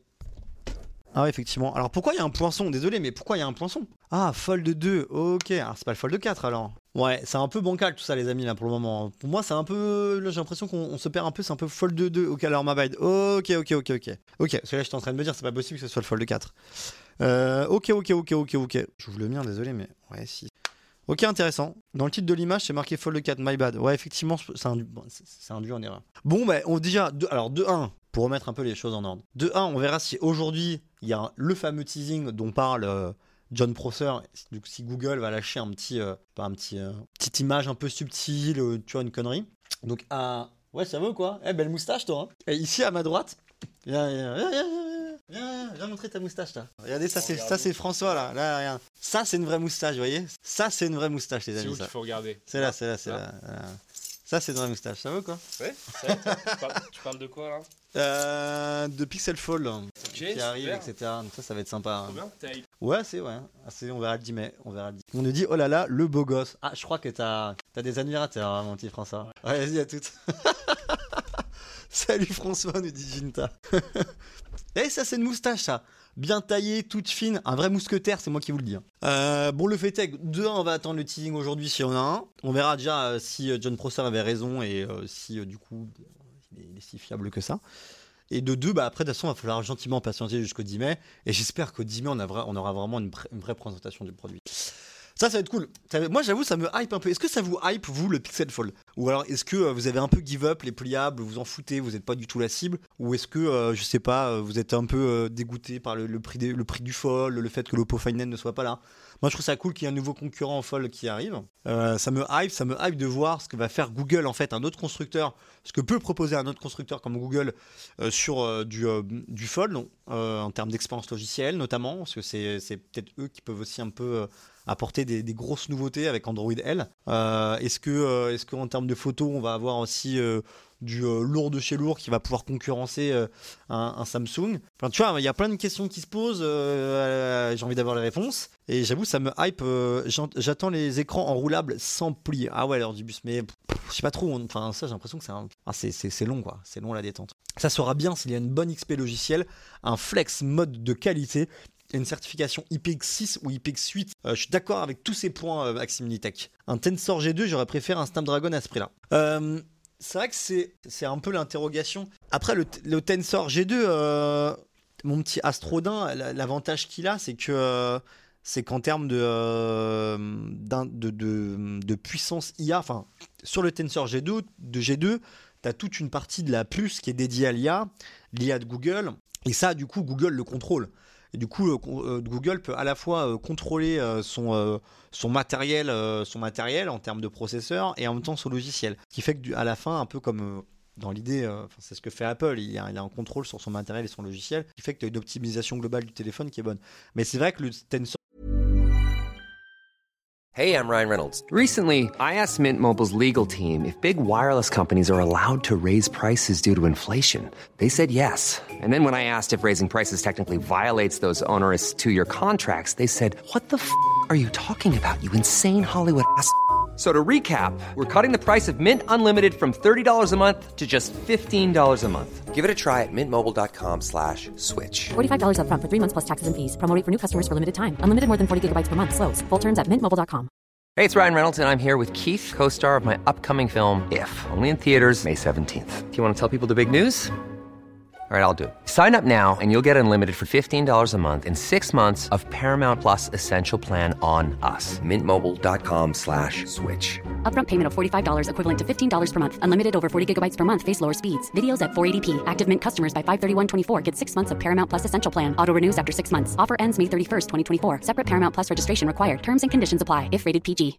Ah ouais effectivement. Alors pourquoi il y a un poinçon? Désolé mais pourquoi il y a un poinçon? Ah Fold 2, ok. Alors c'est pas le Fold 4 alors. Ouais c'est un peu bancal tout ça les amis là pour le moment. Pour moi c'est un peu... Là j'ai l'impression qu'on se perd un peu, c'est un peu Fold 2. Ok alors my bad. Ok. Ok parce que là j'étais en train de me dire c'est pas possible que ce soit le Fold 4. Ok. J'ouvre le mien désolé mais... Ouais si. Ok, intéressant. Dans le titre de l'image, c'est marqué Fold 4, my bad. Ouais, effectivement, c'est induit en erreur. Bon, bah, de 1, pour remettre un peu les choses en ordre. De 1, on verra si aujourd'hui, il y a le fameux teasing dont parle John Prosser. Donc, si Google va lâcher petite image un peu subtile, tu vois, une connerie. Donc, ouais, ça vaut quoi? Belle moustache, toi. Hein. Et ici, à ma droite, viens montrer ta moustache là. Regardez, ça c'est François là. Là, regarde. Ça c'est une vraie moustache, vous voyez? Ça c'est une vraie moustache, les amis. C'est où qu'il faut regarder? C'est là. Ça c'est une vraie moustache, ça va quoi? Ouais, c'est vrai, tu parles de quoi là? De Pixel Fold qui arrive, etc. Donc ça va être sympa. Trop bien, Ouais, on verra le 10 mai. On nous dit, oh là là, le beau gosse. Ah, je crois que t'as des admirateurs, hein, mon petit François. Ouais, vas-y, à toutes. Salut François, nous dit Ginta. Eh, ça c'est une moustache, ça. Bien taillée, toute fine, un vrai mousquetaire, c'est moi qui vous le dis. Bon, le fait est que de 1, on va attendre le teasing aujourd'hui si on a un. On verra déjà si John Prosser avait raison et si du coup il est si fiable que ça. Et de 2, bah après de toute façon, il va falloir gentiment patienter jusqu'au 10 mai. Et j'espère qu'au 10 mai, on aura vraiment une vraie présentation du produit. Ça va être cool. Moi, j'avoue, ça me hype un peu. Est-ce que ça vous hype, vous, le Pixel Fold? Ou alors, est-ce que vous avez un peu give up les pliables, vous en foutez, vous n'êtes pas du tout la cible? Ou est-ce que, je sais pas, vous êtes un peu dégoûté par le prix du Fold, le fait que l'Oppo Find N ne soit pas là? Moi, je trouve ça cool qu'il y ait un nouveau concurrent en Fold qui arrive. Ça me hype de voir ce que va faire Google, en fait, un autre constructeur, ce que peut proposer un autre constructeur comme Google sur du Fold, en termes d'expérience logicielle notamment, parce que c'est peut-être eux qui peuvent aussi un peu apporter des grosses nouveautés avec Android L. Est-ce que en termes de photos, on va avoir aussi du lourd de chez lourd qui va pouvoir concurrencer un Samsung? Enfin, tu vois, il y a plein de questions qui se posent. J'ai envie d'avoir les réponses. Et j'avoue, ça me hype. J'attends les écrans enroulables sans pli. Ah ouais, alors du bus, mais je sais pas trop. Enfin, ça, j'ai l'impression que c'est long, quoi. C'est long la détente. Ça sera bien s'il y a une bonne XP logicielle, un flex mode de qualité, une certification IPX6 ou IPX8. Je suis d'accord avec tous ces points, Maxime Nitech. Un Tensor G2, j'aurais préféré un Snapdragon à ce prix-là. C'est vrai que c'est un peu l'interrogation. Après, le Tensor G2, mon petit Astrodin, l'avantage qu'il a, c'est qu'en termes de puissance IA, enfin, sur le Tensor G2, tu as toute une partie de la puce qui est dédiée à l'IA de Google. Et ça, du coup, Google le contrôle. Et du coup, Google peut à la fois contrôler son matériel en termes de processeur et en même temps son logiciel. Ce qui fait qu'à la fin, un peu comme dans l'idée, c'est ce que fait Apple, il a un contrôle sur son matériel et son logiciel, qui fait que tu as une optimisation globale du téléphone qui est bonne. Mais c'est vrai que le Tensor... Hey, I'm Ryan Reynolds. Recently, I asked Mint Mobile's legal team if big wireless companies are allowed to raise prices due to inflation. They said yes. And then when I asked if raising prices technically violates those onerous 2-year contracts, they said, "What the f*** are you talking about, you insane Hollywood ass?" So to recap, we're cutting the price of Mint Unlimited from $30 a month to just $15 a month. Give it a try at mintmobile.com/switch. $45 up front for 3 months plus taxes and fees. Promo rate for new customers for limited time. Unlimited more than 40 gigabytes per month. Slows full terms at mintmobile.com. Hey, it's Ryan Reynolds, and I'm here with Keith, co-star of my upcoming film, If, only in theaters May 17th. Do you want to tell people the big news? All right, I'll do it. Sign up now and you'll get unlimited for $15 a month and 6 months of Paramount Plus Essential Plan on us. mintmobile.com/switch. Upfront payment of $45 equivalent to $15 per month. Unlimited over 40 gigabytes per month. Face lower speeds. Videos at 480p. Active Mint customers by 531.24 get 6 months of Paramount Plus Essential Plan. Auto renews after 6 months. Offer ends May 31st, 2024. Separate Paramount Plus registration required. Terms and conditions apply if rated PG.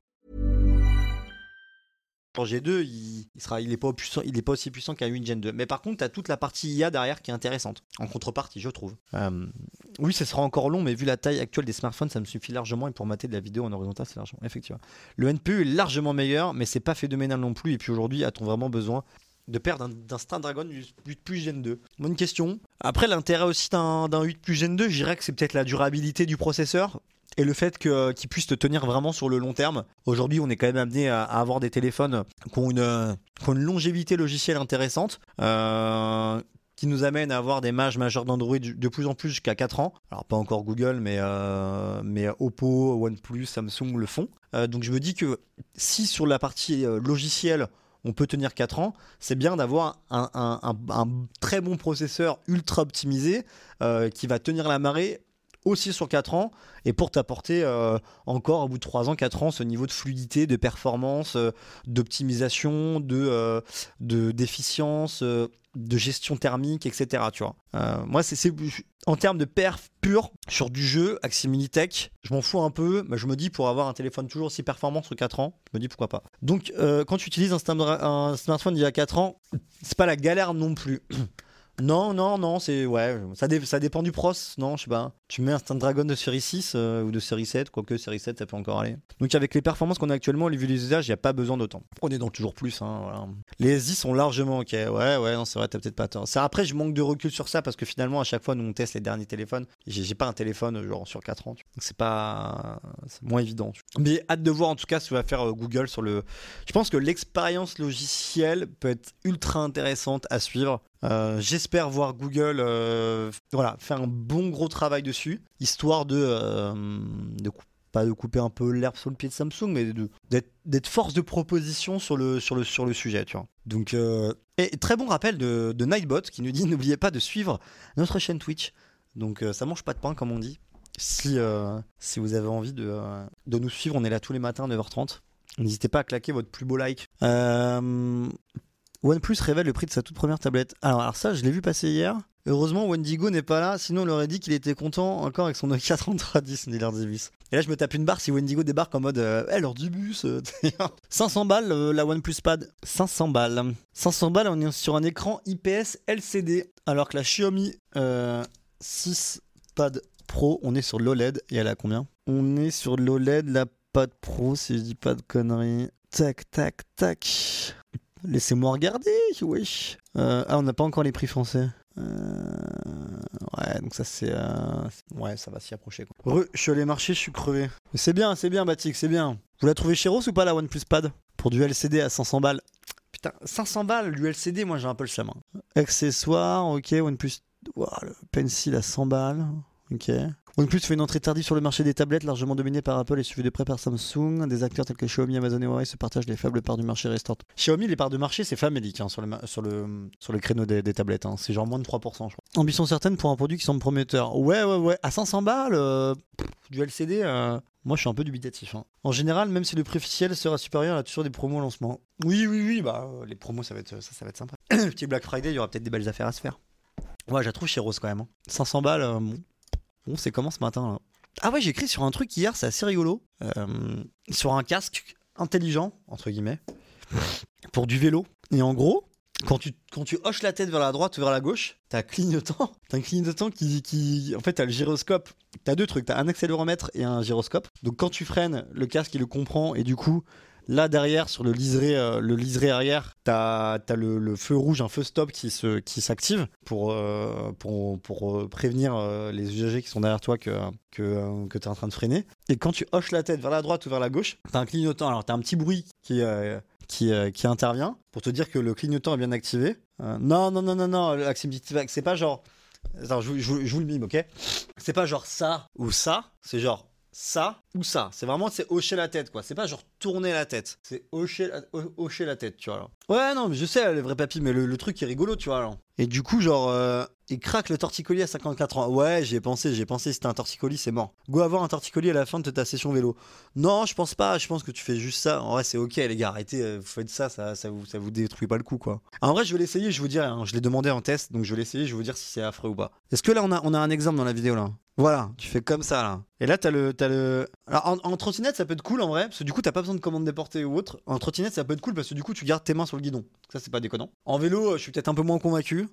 En G2, il est pas aussi puissant qu'un 8 Gen 2. Mais par contre, tu as toute la partie IA derrière qui est intéressante. En contrepartie, je trouve. Oui, ça sera encore long, mais vu la taille actuelle des smartphones, ça me suffit largement. Et pour mater de la vidéo en horizontal, c'est largement. Effectivement. Le NPU est largement meilleur, mais c'est pas phénoménal non plus. Et puis aujourd'hui, a-t-on vraiment besoin de perdre d'un Snapdragon 8 Plus Gen 2? Bonne question. Après, l'intérêt aussi d'un 8 Plus Gen 2, je dirais que c'est peut-être la durabilité du processeur. Et le fait qu'il puisse te tenir vraiment sur le long terme. Aujourd'hui, on est quand même amené à avoir des téléphones qui ont une longévité logicielle intéressante, qui nous amène à avoir des majeurs d'Android de plus en plus jusqu'à 4 ans. Alors pas encore Google, mais Oppo, OnePlus, Samsung le font. Donc je me dis que si sur la partie logicielle, on peut tenir 4 ans, c'est bien d'avoir un très bon processeur ultra optimisé qui va tenir la marée aussi sur 4 ans et pour t'apporter encore au bout de 3 ans, 4 ans, ce niveau de fluidité, de performance, d'optimisation, d'efficience, de gestion thermique, etc. Tu vois. Moi, c'est en termes de perf pur sur du jeu, Axie Minitech, je m'en fous un peu, mais je me dis pour avoir un téléphone toujours aussi performant sur 4 ans, je me dis pourquoi pas. Donc, quand tu utilises un smartphone d'il y a 4 ans, c'est pas la galère non plus. Non, c'est ouais, ça dépend du pros, non, je sais pas. Tu mets un Snapdragon de série 6 ou de série 7, quoique série 7 ça peut encore aller. Donc avec les performances qu'on a actuellement, les vues des usages, il n'y a pas besoin d'autant. On est dans le toujours plus, hein, voilà. Les S10 sont largement ok, ouais, non c'est vrai, t'as peut-être pas tort. Après je manque de recul sur ça parce que finalement à chaque fois nous on teste les derniers téléphones. J'ai pas un téléphone genre sur 4 ans, tu vois. Donc c'est moins évident. Tu vois. Mais hâte de voir en tout cas ce que va faire Google sur le... Je pense que l'expérience logicielle peut être ultra intéressante à suivre. J'espère voir Google faire un bon gros travail dessus, histoire pas de couper un peu l'herbe sur le pied de Samsung, mais d'être force de proposition sur le sujet, tu vois. Donc, et très bon rappel de Nightbot qui nous dit n'oubliez pas de suivre notre chaîne Twitch. Donc ça mange pas de pain comme on dit. Si vous avez envie de nous suivre, on est là tous les matins à 9h30. N'hésitez pas à claquer votre plus beau like. OnePlus révèle le prix de sa toute première tablette. Alors ça, je l'ai vu passer hier. Heureusement, Wendigo n'est pas là, sinon on aurait dit qu'il était content encore avec son Nokia 3310, dit l'Ordibus. Et là, je me tape une barre si Wendigo débarque en mode l'Ordibus. 500 balles la OnePlus Pad. 500 balles. 500 balles, on est sur un écran IPS LCD. Alors que la Xiaomi 6 Pad Pro, on est sur l'OLED. Et elle a combien ? On est sur l'OLED, la Pad Pro, si je dis pas de conneries. Tac. Laissez-moi regarder, wesh. On n'a pas encore les prix français. Ouais, donc ça c'est... Ouais, ça va s'y approcher, quoi. Je suis allé marcher, je suis crevé. Mais c'est bien, Batik, c'est bien. Vous la trouvez chez Ross ou pas, la OnePlus Pad ? Pour du LCD à 500 balles. Putain, 500 balles, du LCD, moi j'ai un peu le seum. Accessoires, ok, OnePlus... Wow, le Pencil à 100 balles, ok. OnePlus fait une entrée tardive sur le marché des tablettes, largement dominé par Apple et suivi de près par Samsung. Des acteurs tels que Xiaomi, Amazon et Huawei se partagent les faibles parts du marché restantes. Xiaomi, les parts de marché, c'est famélique sur le créneau des tablettes. Hein. C'est genre moins de 3%, je crois. Ambition certaine pour un produit qui semble prometteur. Ouais. À 500 balles, du LCD, moi je suis un peu dubitatif. Hein. En général, même si le prix officiel sera supérieur, il y a toujours des promos au lancement. Oui, bah les promos, ça va être sympa. Petit Black Friday, il y aura peut-être des belles affaires à se faire. Ouais, je la trouve chez Rose quand même. Hein. 500 balles, bon, c'est comment ce matin là ? Ah ouais, j'ai écrit sur un truc hier, c'est assez rigolo. Sur un casque intelligent, entre guillemets, pour du vélo. Et en gros, quand tu hoches la tête vers la droite ou vers la gauche, t'as un clignotant qui... En fait, t'as le gyroscope. T'as deux trucs, t'as un accéléromètre et un gyroscope. Donc quand tu freines, le casque il le comprend et du coup... Là derrière sur le liseré arrière, t'as le feu rouge, un feu stop qui s'active pour prévenir les usagers qui sont derrière toi que t'es en train de freiner. Et quand tu hoches la tête vers la droite ou vers la gauche, t'as un clignotant. Alors t'as un petit bruit qui intervient pour te dire que le clignotant est bien activé. Non, c'est pas genre... Attends, je vous le mime, ok ? C'est pas genre ça ou ça, c'est genre... ça ou ça, c'est vraiment hocher la tête quoi, c'est pas genre tourner la tête, c'est hocher la tête, tu vois alors. Ouais non mais je sais les vrais papis, mais le truc est rigolo tu vois alors. Et du coup genre il craque le torticolis à 54 ans. Ouais j'ai pensé si c'était un torticolis c'est mort. Go avoir un torticolis à la fin de ta session vélo. Non je pense pas, je pense que tu fais juste ça. En vrai c'est ok les gars, arrêtez, vous faites ça vous détruit pas le coup quoi. En vrai je vais l'essayer, je vous dirai, hein. Je l'ai demandé en test donc je vais l'essayer, je vais vous dire si c'est affreux ou pas. Est-ce que là on a un exemple dans la vidéo là? Voilà, tu fais comme ça là. Et là t'as le... Alors en trottinette ça peut être cool en vrai, parce que du coup t'as pas besoin de commande déportée ou autre. En trottinette ça peut être cool parce que du coup tu gardes tes mains sur le guidon. Ça c'est pas déconnant. En vélo je suis peut-être un peu moins convaincu,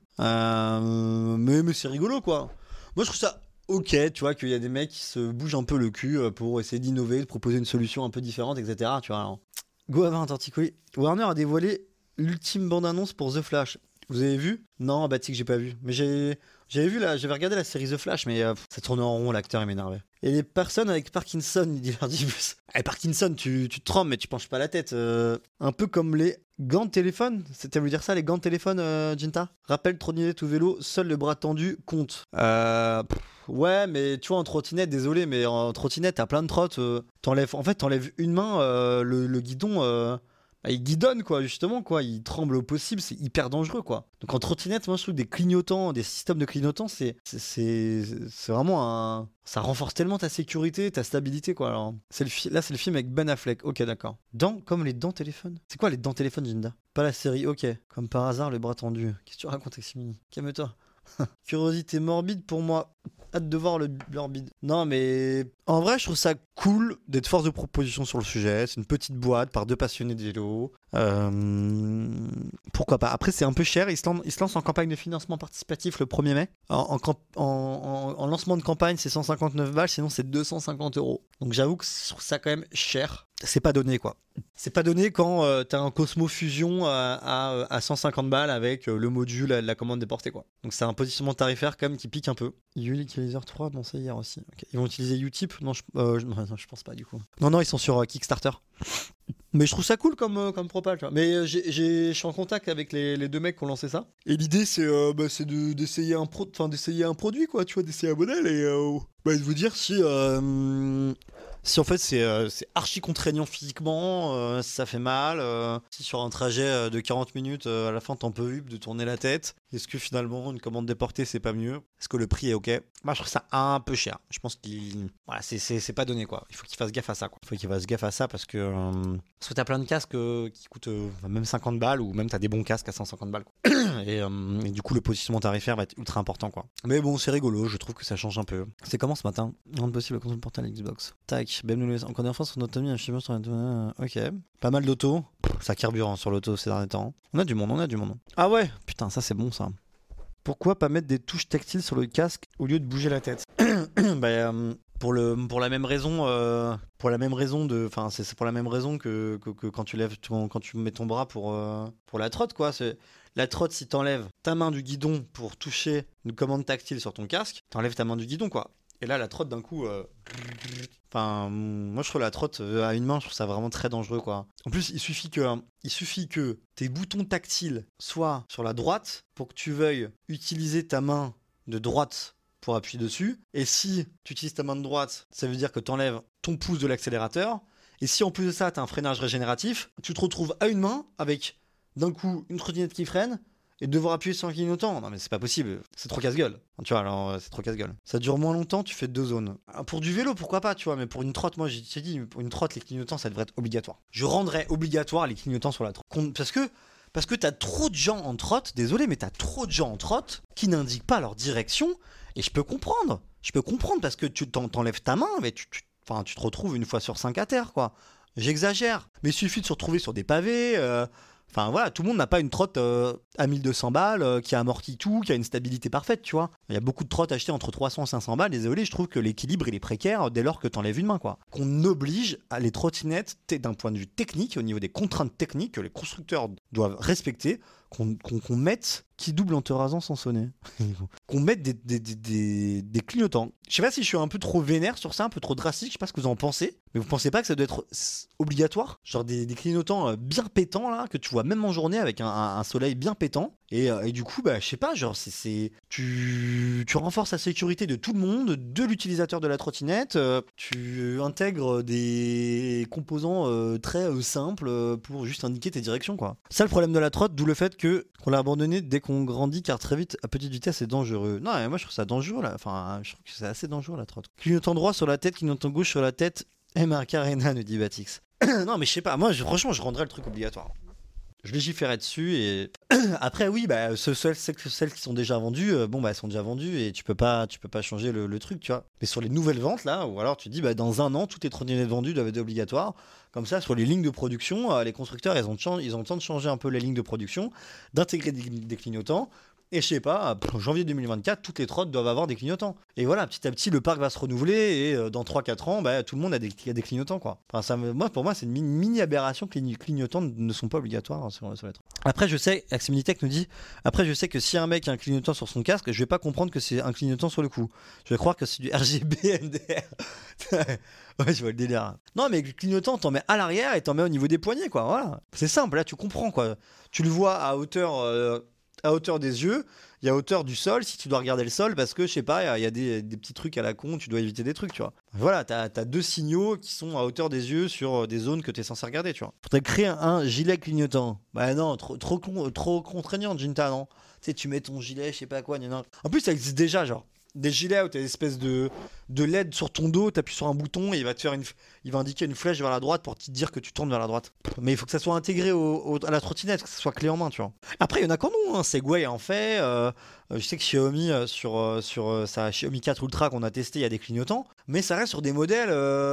mais c'est rigolo quoi. Moi je trouve ça ok, tu vois, qu'il y a des mecs qui se bougent un peu le cul pour essayer d'innover, de proposer une solution un peu différente, etc. Tu vois alors. Go avoir un torticolis. Warner a dévoilé l'ultime bande-annonce pour The Flash. Vous avez vu? Non, bah c'est que j'ai pas vu. Mais j'avais regardé la série The Flash, mais ça tournait en rond, l'acteur il m'énervait. Et les personnes avec Parkinson, il dit l'Ordibus. Parkinson, tu te trompes, mais tu penches pas la tête. Un peu comme les gants de téléphone. C'était à vous dire ça, les gants de téléphone, Jinta? Rappel, trottinette ou vélo, seul le bras tendu compte. Ouais, mais tu vois, en trottinette, désolé, mais en trottinette, t'as plein de trottes. T'enlèves une main, le guidon... il guidonne, quoi, justement, quoi. Il tremble au possible, c'est hyper dangereux, quoi. Donc en trottinette, moi je trouve des clignotants, des systèmes de clignotants, c'est vraiment ça renforce tellement ta sécurité, ta stabilité, quoi. Alors, là, c'est le film avec Ben Affleck. Ok, d'accord. Comme les dents téléphone. C'est quoi les dents téléphone, Jinda? Pas la série, ok. Comme par hasard, le bras tendu. Qu'est-ce que tu racontes, Eximini? Calme-toi. Curiosité morbide pour moi. Hâte de voir le morbide. Non, mais en vrai, je trouve ça cool d'être force de proposition sur le sujet. C'est une petite boîte par 2 passionnés de vélo. Pourquoi pas. Après, c'est un peu cher. Il se lance en campagne de financement participatif le 1er mai. En lancement de campagne, c'est 159 balles. Sinon, c'est 250 €. Donc, j'avoue que je trouve ça quand même cher. C'est pas donné, quoi. C'est pas donné quand t'as un Cosmo Fusion à 150 balles avec le module, la commande déportée, quoi. Donc, c'est un positionnement tarifaire quand même qui pique un peu. Utilizer 3, bon, c'est hier aussi. Okay. Ils vont utiliser Utip? Non, je pense pas, du coup. Non, ils sont sur Kickstarter. Mais je trouve ça cool comme propal, tu vois. Mais je suis en contact avec les 2 mecs qui ont lancé ça. Et l'idée, c'est d'essayer un produit, quoi, tu vois, d'essayer un modèle et de vous dire si en fait c'est archi contraignant physiquement, si ça fait mal, si sur un trajet de 40 minutes, à la fin t'en peux plus de tourner la tête, est-ce que finalement une commande déportée c'est pas mieux? Est-ce que le prix est ok? Moi je trouve ça un peu cher. Je pense c'est pas donné, quoi. Il faut qu'il fasse gaffe à ça, quoi. Il faut qu'il fasse gaffe à ça parce que t'as plein de casques qui coûtent même 50 balles ou même t'as des bons casques à 150 balles, quoi. Et du coup le positionnement tarifaire va être ultra important, quoi. Mais bon, c'est rigolo, je trouve que ça change un peu. C'est comment ce matin? Rendre possible la console portable Xbox. Tac, BMW encore une fois sur notre ami, un chiffre sur ok. Pas mal d'auto. Ça carbure sur l'auto ces derniers temps. On a du monde. Ah ouais, putain, ça c'est bon, ça. Pourquoi pas mettre des touches tactiles sur le casque au lieu de bouger la tête? Pour la même raison que quand tu lèves quand tu mets ton bras pour la trotte, quoi. La trotte, si t'enlèves ta main du guidon pour toucher une commande tactile sur ton casque, t'enlèves ta main du guidon, quoi. Et là, la trotte, d'un coup... moi, je trouve la trotte à une main, je trouve ça vraiment très dangereux, quoi. En plus, il suffit que tes boutons tactiles soient sur la droite pour que tu veuilles utiliser ta main de droite pour appuyer dessus. Et si tu utilises ta main de droite, ça veut dire que tu enlèves ton pouce de l'accélérateur. Et si en plus de ça, tu as un freinage régénératif, tu te retrouves à une main avec d'un coup une trottinette qui freine et devoir appuyer sur un clignotant. Non, mais c'est pas possible. C'est trop casse-gueule. Tu vois, alors c'est trop casse-gueule. Ça dure moins longtemps, tu fais 2 zones. Pour du vélo, pourquoi pas, tu vois, mais pour une trotte, moi j'ai dit, pour une trotte, les clignotants, ça devrait être obligatoire. Je rendrais obligatoire les clignotants sur la trotte. Parce que t'as trop de gens en trotte, désolé, mais t'as trop de gens en trotte qui n'indiquent pas leur direction. Et je peux comprendre parce que tu t'enlèves ta main, mais tu te retrouves une fois sur 5 à terre, quoi. J'exagère, mais il suffit de se retrouver sur des pavés. Enfin voilà, tout le monde n'a pas une trotte à 1200 balles qui amortit tout, qui a une stabilité parfaite, tu vois. Il y a beaucoup de trottes achetées entre 300 et 500 balles. Désolé, je trouve que l'équilibre il est précaire dès lors que t'enlèves une main, quoi. Qu'on oblige à les trottinettes d'un point de vue technique, au niveau des contraintes techniques que les constructeurs doivent respecter, qu'on mette qui double en te rasant sans sonner. Qu'on mette des clignotants. Je sais pas si je suis un peu trop vénère sur ça, un peu trop drastique, je sais pas ce que vous en pensez, mais vous pensez pas que ça doit être obligatoire? Genre des clignotants bien pétants là, que tu vois même en journée avec un soleil bien pétant. Et du coup, je sais pas, genre tu renforces la sécurité de tout le monde, de l'utilisateur de la trottinette, tu intègres des composants très simples pour juste indiquer tes directions, quoi. Ça, le problème de la trotte, d'où le fait qu'on l'a abandonné dès qu'on grandit, car très vite, à petite vitesse, c'est dangereux. Non, mais moi je trouve ça dangereux là, enfin, je trouve que c'est assez dangereux la trotte. Clignotant droit sur la tête, clignotant gauche sur la tête, Marc Arena, nous dit Batix. Non, mais je sais pas, moi franchement, je rendrais le truc obligatoire. Je légiférais dessus et après oui, celles qui sont déjà vendues, elles sont déjà vendues et tu peux pas changer le truc, tu vois. Mais sur les nouvelles ventes là, ou alors tu dis dans un an toutes les trottinettes vendues doivent être obligatoires. Comme ça, sur les lignes de production, les constructeurs ils ont le temps de changer un peu les lignes de production, d'intégrer des clignotants. Et je sais pas, janvier 2024, toutes les trottes doivent avoir des clignotants. Et voilà, petit à petit, le parc va se renouveler et dans 3-4 ans, tout le monde a des clignotants, quoi. Enfin, pour moi, c'est une mini aberration que les clignotants ne sont pas obligatoires sur les trottes. Après, je sais, Aximilitech nous dit, que si un mec a un clignotant sur son casque, je vais pas comprendre que c'est un clignotant sur le cou. Je vais croire que c'est du RGB MDR. Ouais, je vois le délire. Non, mais le clignotant, t'en mets à l'arrière et t'en mets au niveau des poignets, quoi. Voilà. C'est simple, là, tu comprends, quoi. Tu le vois à hauteur... à hauteur des yeux, il y a hauteur du sol si tu dois regarder le sol parce que je sais pas, il y a des petits trucs à la con, tu dois éviter des trucs, tu vois. Voilà, t'as 2 signaux qui sont à hauteur des yeux sur des zones que t'es censé regarder, tu vois. Faudrait créer un gilet clignotant. Bah non, trop contraignant, Jinta, non. Tu sais, tu mets ton gilet, je sais pas quoi, en plus ça existe déjà, genre. Des gilets où t'as une espèce de LED sur ton dos, t'appuies sur un bouton et il va indiquer une flèche vers la droite pour te dire que tu tournes vers la droite. Mais il faut que ça soit intégré à la trottinette, que ça soit clé en main, tu vois. Après, il y en a qu'en ont, hein. Segway en fait. Je sais que Xiaomi, sur sa Xiaomi 4 Ultra qu'on a testé, il y a des clignotants. Mais ça reste sur des modèles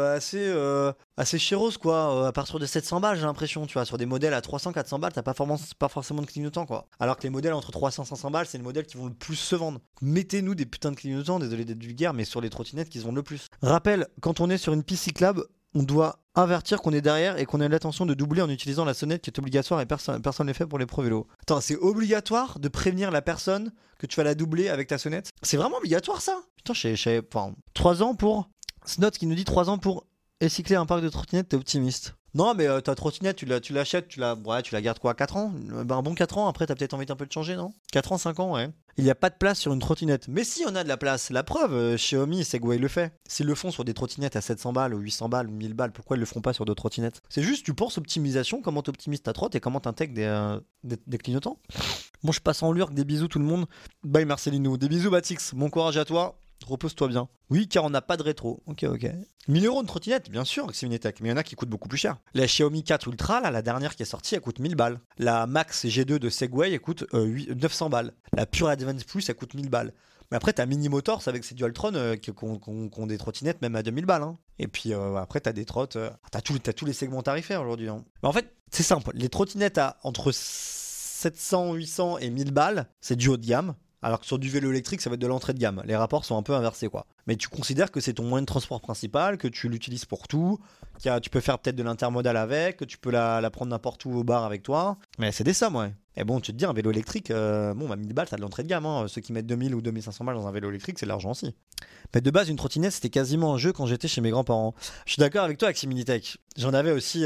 assez chéros, quoi. À partir de 700 balles, j'ai l'impression, tu vois. Sur des modèles à 300-400 balles, t'as pas forcément de clignotants, quoi. Alors que les modèles entre 300 et 500 balles, c'est les modèles qui vont le plus se vendre. Mettez-nous des putains de clignotants, désolé d'être vulgaire, mais sur les trottinettes qui se vendent le plus. Rappel, quand on est sur une piste cyclable, on doit avertir qu'on est derrière et qu'on a l'intention de doubler en utilisant la sonnette qui est obligatoire et personne ne l'est fait pour les pro vélos. Attends, c'est obligatoire de prévenir la personne que tu vas la doubler avec ta sonnette? C'est vraiment obligatoire ça? Putain, je savais pas. 3 ans pour... Snot qui nous dit 3 ans pour écycler un parc de trottinettes, t'es optimiste. Non, mais ta trottinette, tu l'achètes, tu la gardes quoi, 4 ans? Un bon 4 ans, après t'as peut-être envie d'un peu de changer, non? 4 ans, 5 ans, ouais. Il n'y a pas de place sur une trottinette. Mais si, on a de la place. La preuve, Xiaomi, Segway le fait. S'ils le font sur des trottinettes à 700 balles, ou 800 balles, ou 1000 balles, pourquoi ils le font pas sur d'autres trottinettes? C'est juste, tu penses optimisation, comment t'optimises ta trotte et comment t'intègres des clignotants. Bon, je passe en lurk, des bisous tout le monde. Bye Marcelino. Des bisous Batix, bon courage à toi. Repose-toi bien. Oui, car on n'a pas de rétro. Ok. 1000 € de trottinette, bien sûr, c'est une tech, mais il y en a qui coûtent beaucoup plus cher. La Xiaomi 4 Ultra, là, la dernière qui est sortie, elle coûte 1000 balles. La Max G2 de Segway, elle coûte 900 balles. La Pure Advance Plus, elle coûte 1000 balles. Mais après, t'as Mini Motors avec ses Dualtron qui ont des trottinettes même à 2000 balles. Hein. Et puis après, t'as des trottes. T'as tous les segments tarifaires aujourd'hui. Hein. Mais en fait, c'est simple. Les trottinettes à entre 700, 800 et 1000 balles, c'est du haut de gamme. Alors que sur du vélo électrique, ça va être de l'entrée de gamme. Les rapports sont un peu inversés, quoi. Mais tu considères que c'est ton moyen de transport principal, que tu l'utilises pour tout, tu peux faire peut-être de l'intermodal avec, que tu peux la prendre n'importe où au bar avec toi. Mais c'est des sommes, ouais. Et bon, tu te dis, un vélo électrique, 1000 balles, t'as de l'entrée de gamme. Hein. Ceux qui mettent 2000 ou 2500 balles dans un vélo électrique, c'est de l'argent aussi. Mais de base, une trottinette, c'était quasiment un jeu quand j'étais chez mes grands-parents. Je suis d'accord avec toi, avec Minitech. J'en avais aussi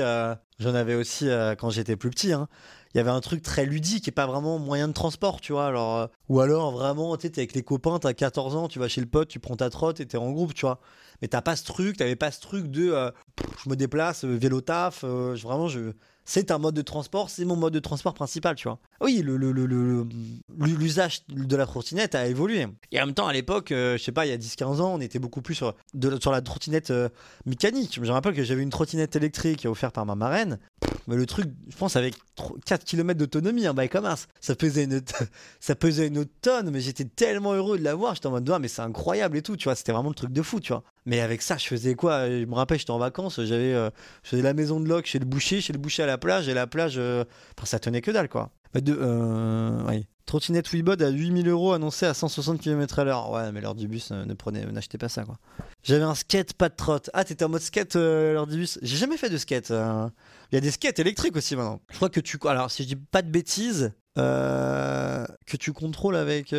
quand j'étais plus petit, hein. Il y avait un truc très ludique et pas vraiment moyen de transport, tu vois. Alors, ou alors vraiment, tu sais, t'es avec les copains, t'as 14 ans, tu vas chez le pote, tu prends ta trotte et t'es en groupe, tu vois. Mais t'avais pas ce truc de je me déplace, vélo taf, c'est un mode de transport, c'est mon mode de transport principal, tu vois. Oui, l'usage de la trottinette a évolué. Et en même temps, à l'époque, je sais pas, il y a 10-15 ans, on était beaucoup plus sur la trottinette mécanique. Je me rappelle que j'avais une trottinette électrique offerte par ma marraine. Mais le truc, je pense, avec 4 km d'autonomie, un bail comme ça pesait une tonne, mais j'étais tellement heureux de l'avoir, j'étais en mode, mais c'est incroyable et tout, tu vois, c'était vraiment le truc de fou, tu vois. Mais avec ça, je faisais quoi? Je me rappelle, j'étais en vacances, je faisais la maison de loc chez le boucher à la plage, et la plage, ça tenait que dalle, quoi. Oui. Trottinette Weebod à 8000 € annoncée à 160 km/h. Ouais, mais l'heure du bus, n'achetez pas ça, quoi. J'avais un skate, pas de trotte. Ah, t'étais en mode skate l'heure du bus? J'ai jamais fait de skate. Il y a des skates électriques aussi maintenant. Je crois que alors si je dis pas de bêtises, que tu contrôles avec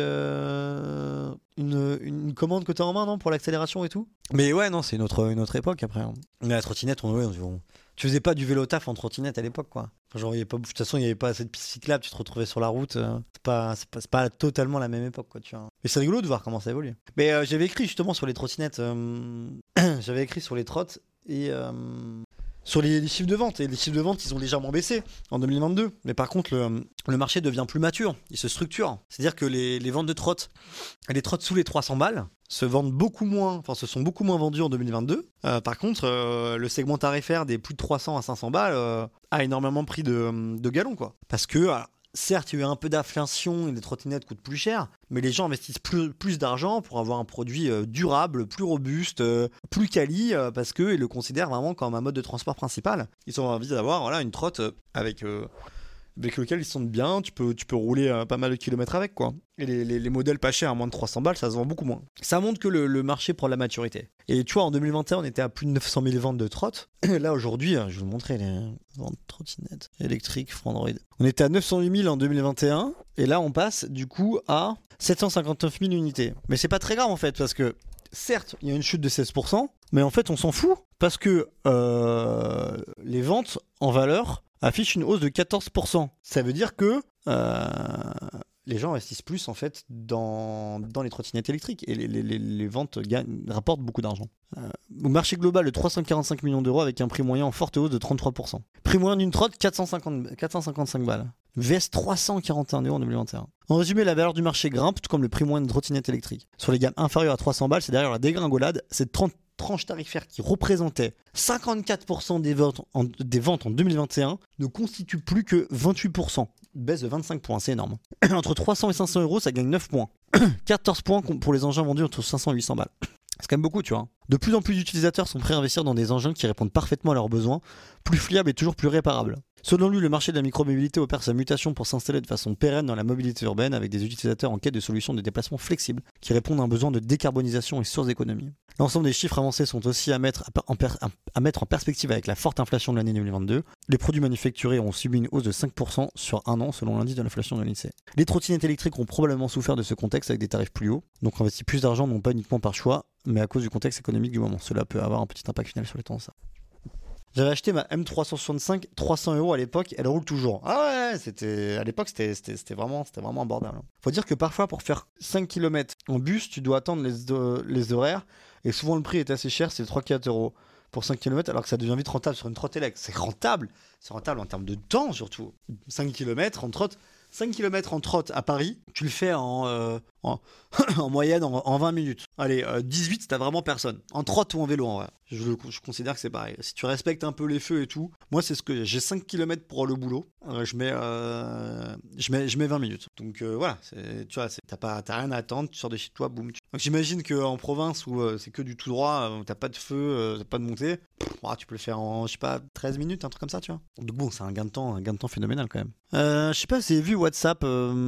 une commande que t'as en main, non, pour l'accélération et tout. Mais ouais, non, c'est une autre époque après. Hein. Mais la trottinette, tu faisais pas du vélo taf en trottinette à l'époque, quoi. Genre, de toute façon, il n'y avait pas assez de pistes cyclables, tu te retrouvais sur la route. C'est pas totalement la même époque, quoi, tu vois. Mais c'est rigolo de voir comment ça évolue. Mais j'avais écrit justement sur les trottinettes, j'avais écrit sur les trottes et sur les chiffres de vente. Et les chiffres de vente, ils ont légèrement baissé en 2022. Mais par contre, le marché devient plus mature, il se structure. C'est-à-dire que les ventes de trottes, les trottes sous les 300 balles, se sont beaucoup moins vendus en 2022. Par contre, le segment tarifaire des plus de 300 à 500 balles a énormément pris de galon, quoi. Parce que, certes, il y a eu un peu d'inflation et les trottinettes coûtent plus cher, mais les gens investissent plus d'argent pour avoir un produit durable, plus robuste, plus quali, parce qu'ils le considèrent vraiment comme un mode de transport principal. Ils ont envie d'avoir une trotte avec lequel ils se sentent bien, tu peux rouler pas mal de kilomètres avec, quoi. Et les modèles pas chers à moins de 300 balles, ça se vend beaucoup moins. Ça montre que le marché prend de la maturité. Et tu vois, en 2021, on était à plus de 900 000 ventes de trottes. Là, aujourd'hui, je vais vous montrer les ventes de trottinettes électriques Frandroid. On était à 908 000 en 2021, et là, on passe du coup à 759 000 unités. Mais c'est pas très grave en fait, parce que certes, il y a une chute de 16%, mais en fait, on s'en fout, parce que les ventes en valeur affichent une hausse de 14%. Ça veut dire que les gens investissent plus en fait dans les trottinettes électriques et les ventes rapportent beaucoup d'argent. Au marché global de 345 millions d'euros avec un prix moyen en forte hausse de 33%. Prix moyen d'une trotte 455 balles. VS 341 € en 2021. En résumé, la valeur du marché grimpe, tout comme le prix moyen de trottinette électrique. Sur les gammes inférieures à 300 balles, c'est derrière la dégringolade, cette tranche tarifaire qui représentait 54% des ventes en 2021 ne constitue plus que 28%. Baisse de 25 points, c'est énorme. Entre 300 et 500 euros, ça gagne 9 points. 14 points pour les engins vendus entre 500 et 800 balles. C'est quand même beaucoup, tu vois. De plus en plus d'utilisateurs sont prêts à investir dans des engins qui répondent parfaitement à leurs besoins, plus fiables et toujours plus réparables. Selon lui, le marché de la micromobilité opère sa mutation pour s'installer de façon pérenne dans la mobilité urbaine avec des utilisateurs en quête de solutions de déplacement flexibles qui répondent à un besoin de décarbonisation et source d'économie. L'ensemble des chiffres avancés sont aussi à mettre en perspective avec la forte inflation de l'année 2022. Les produits manufacturés ont subi une hausse de 5% sur un an selon l'indice de l'inflation de l'INSEE. Les trottinettes électriques ont probablement souffert de ce contexte avec des tarifs plus hauts, donc investir plus d'argent non pas uniquement par choix, mais à cause du contexte économique du moment. Cela peut avoir un petit impact final sur les tendances. J'avais acheté ma M365 300 € à l'époque, elle roule toujours. Ah ouais, à l'époque c'était vraiment un bordel. Faut dire que parfois pour faire 5 km en bus, tu dois attendre les horaires et souvent le prix est assez cher, c'est 3-4 € pour 5 km alors que ça devient vite rentable sur une trotte électrique. C'est rentable en termes de temps surtout. 5 km en trotte. 5 km en trotte à Paris, tu le fais en moyenne en 20 minutes. Allez, 18, t'as vraiment personne. En trotte ou en vélo, en vrai. Je considère que c'est pareil. Si tu respectes un peu les feux et tout, moi, c'est ce que j'ai 5 km pour le boulot. Je mets 20 minutes. Donc voilà, tu vois, t'as rien à attendre, tu sors de chez toi, boum. Donc j'imagine qu'en province où c'est que du tout droit, où t'as pas de feu, t'as pas de montée, tu peux le faire en, 13 minutes, un truc comme ça, tu vois. Donc bon, c'est un gain de temps phénoménal quand même. Je sais pas si vous avez vu WhatsApp,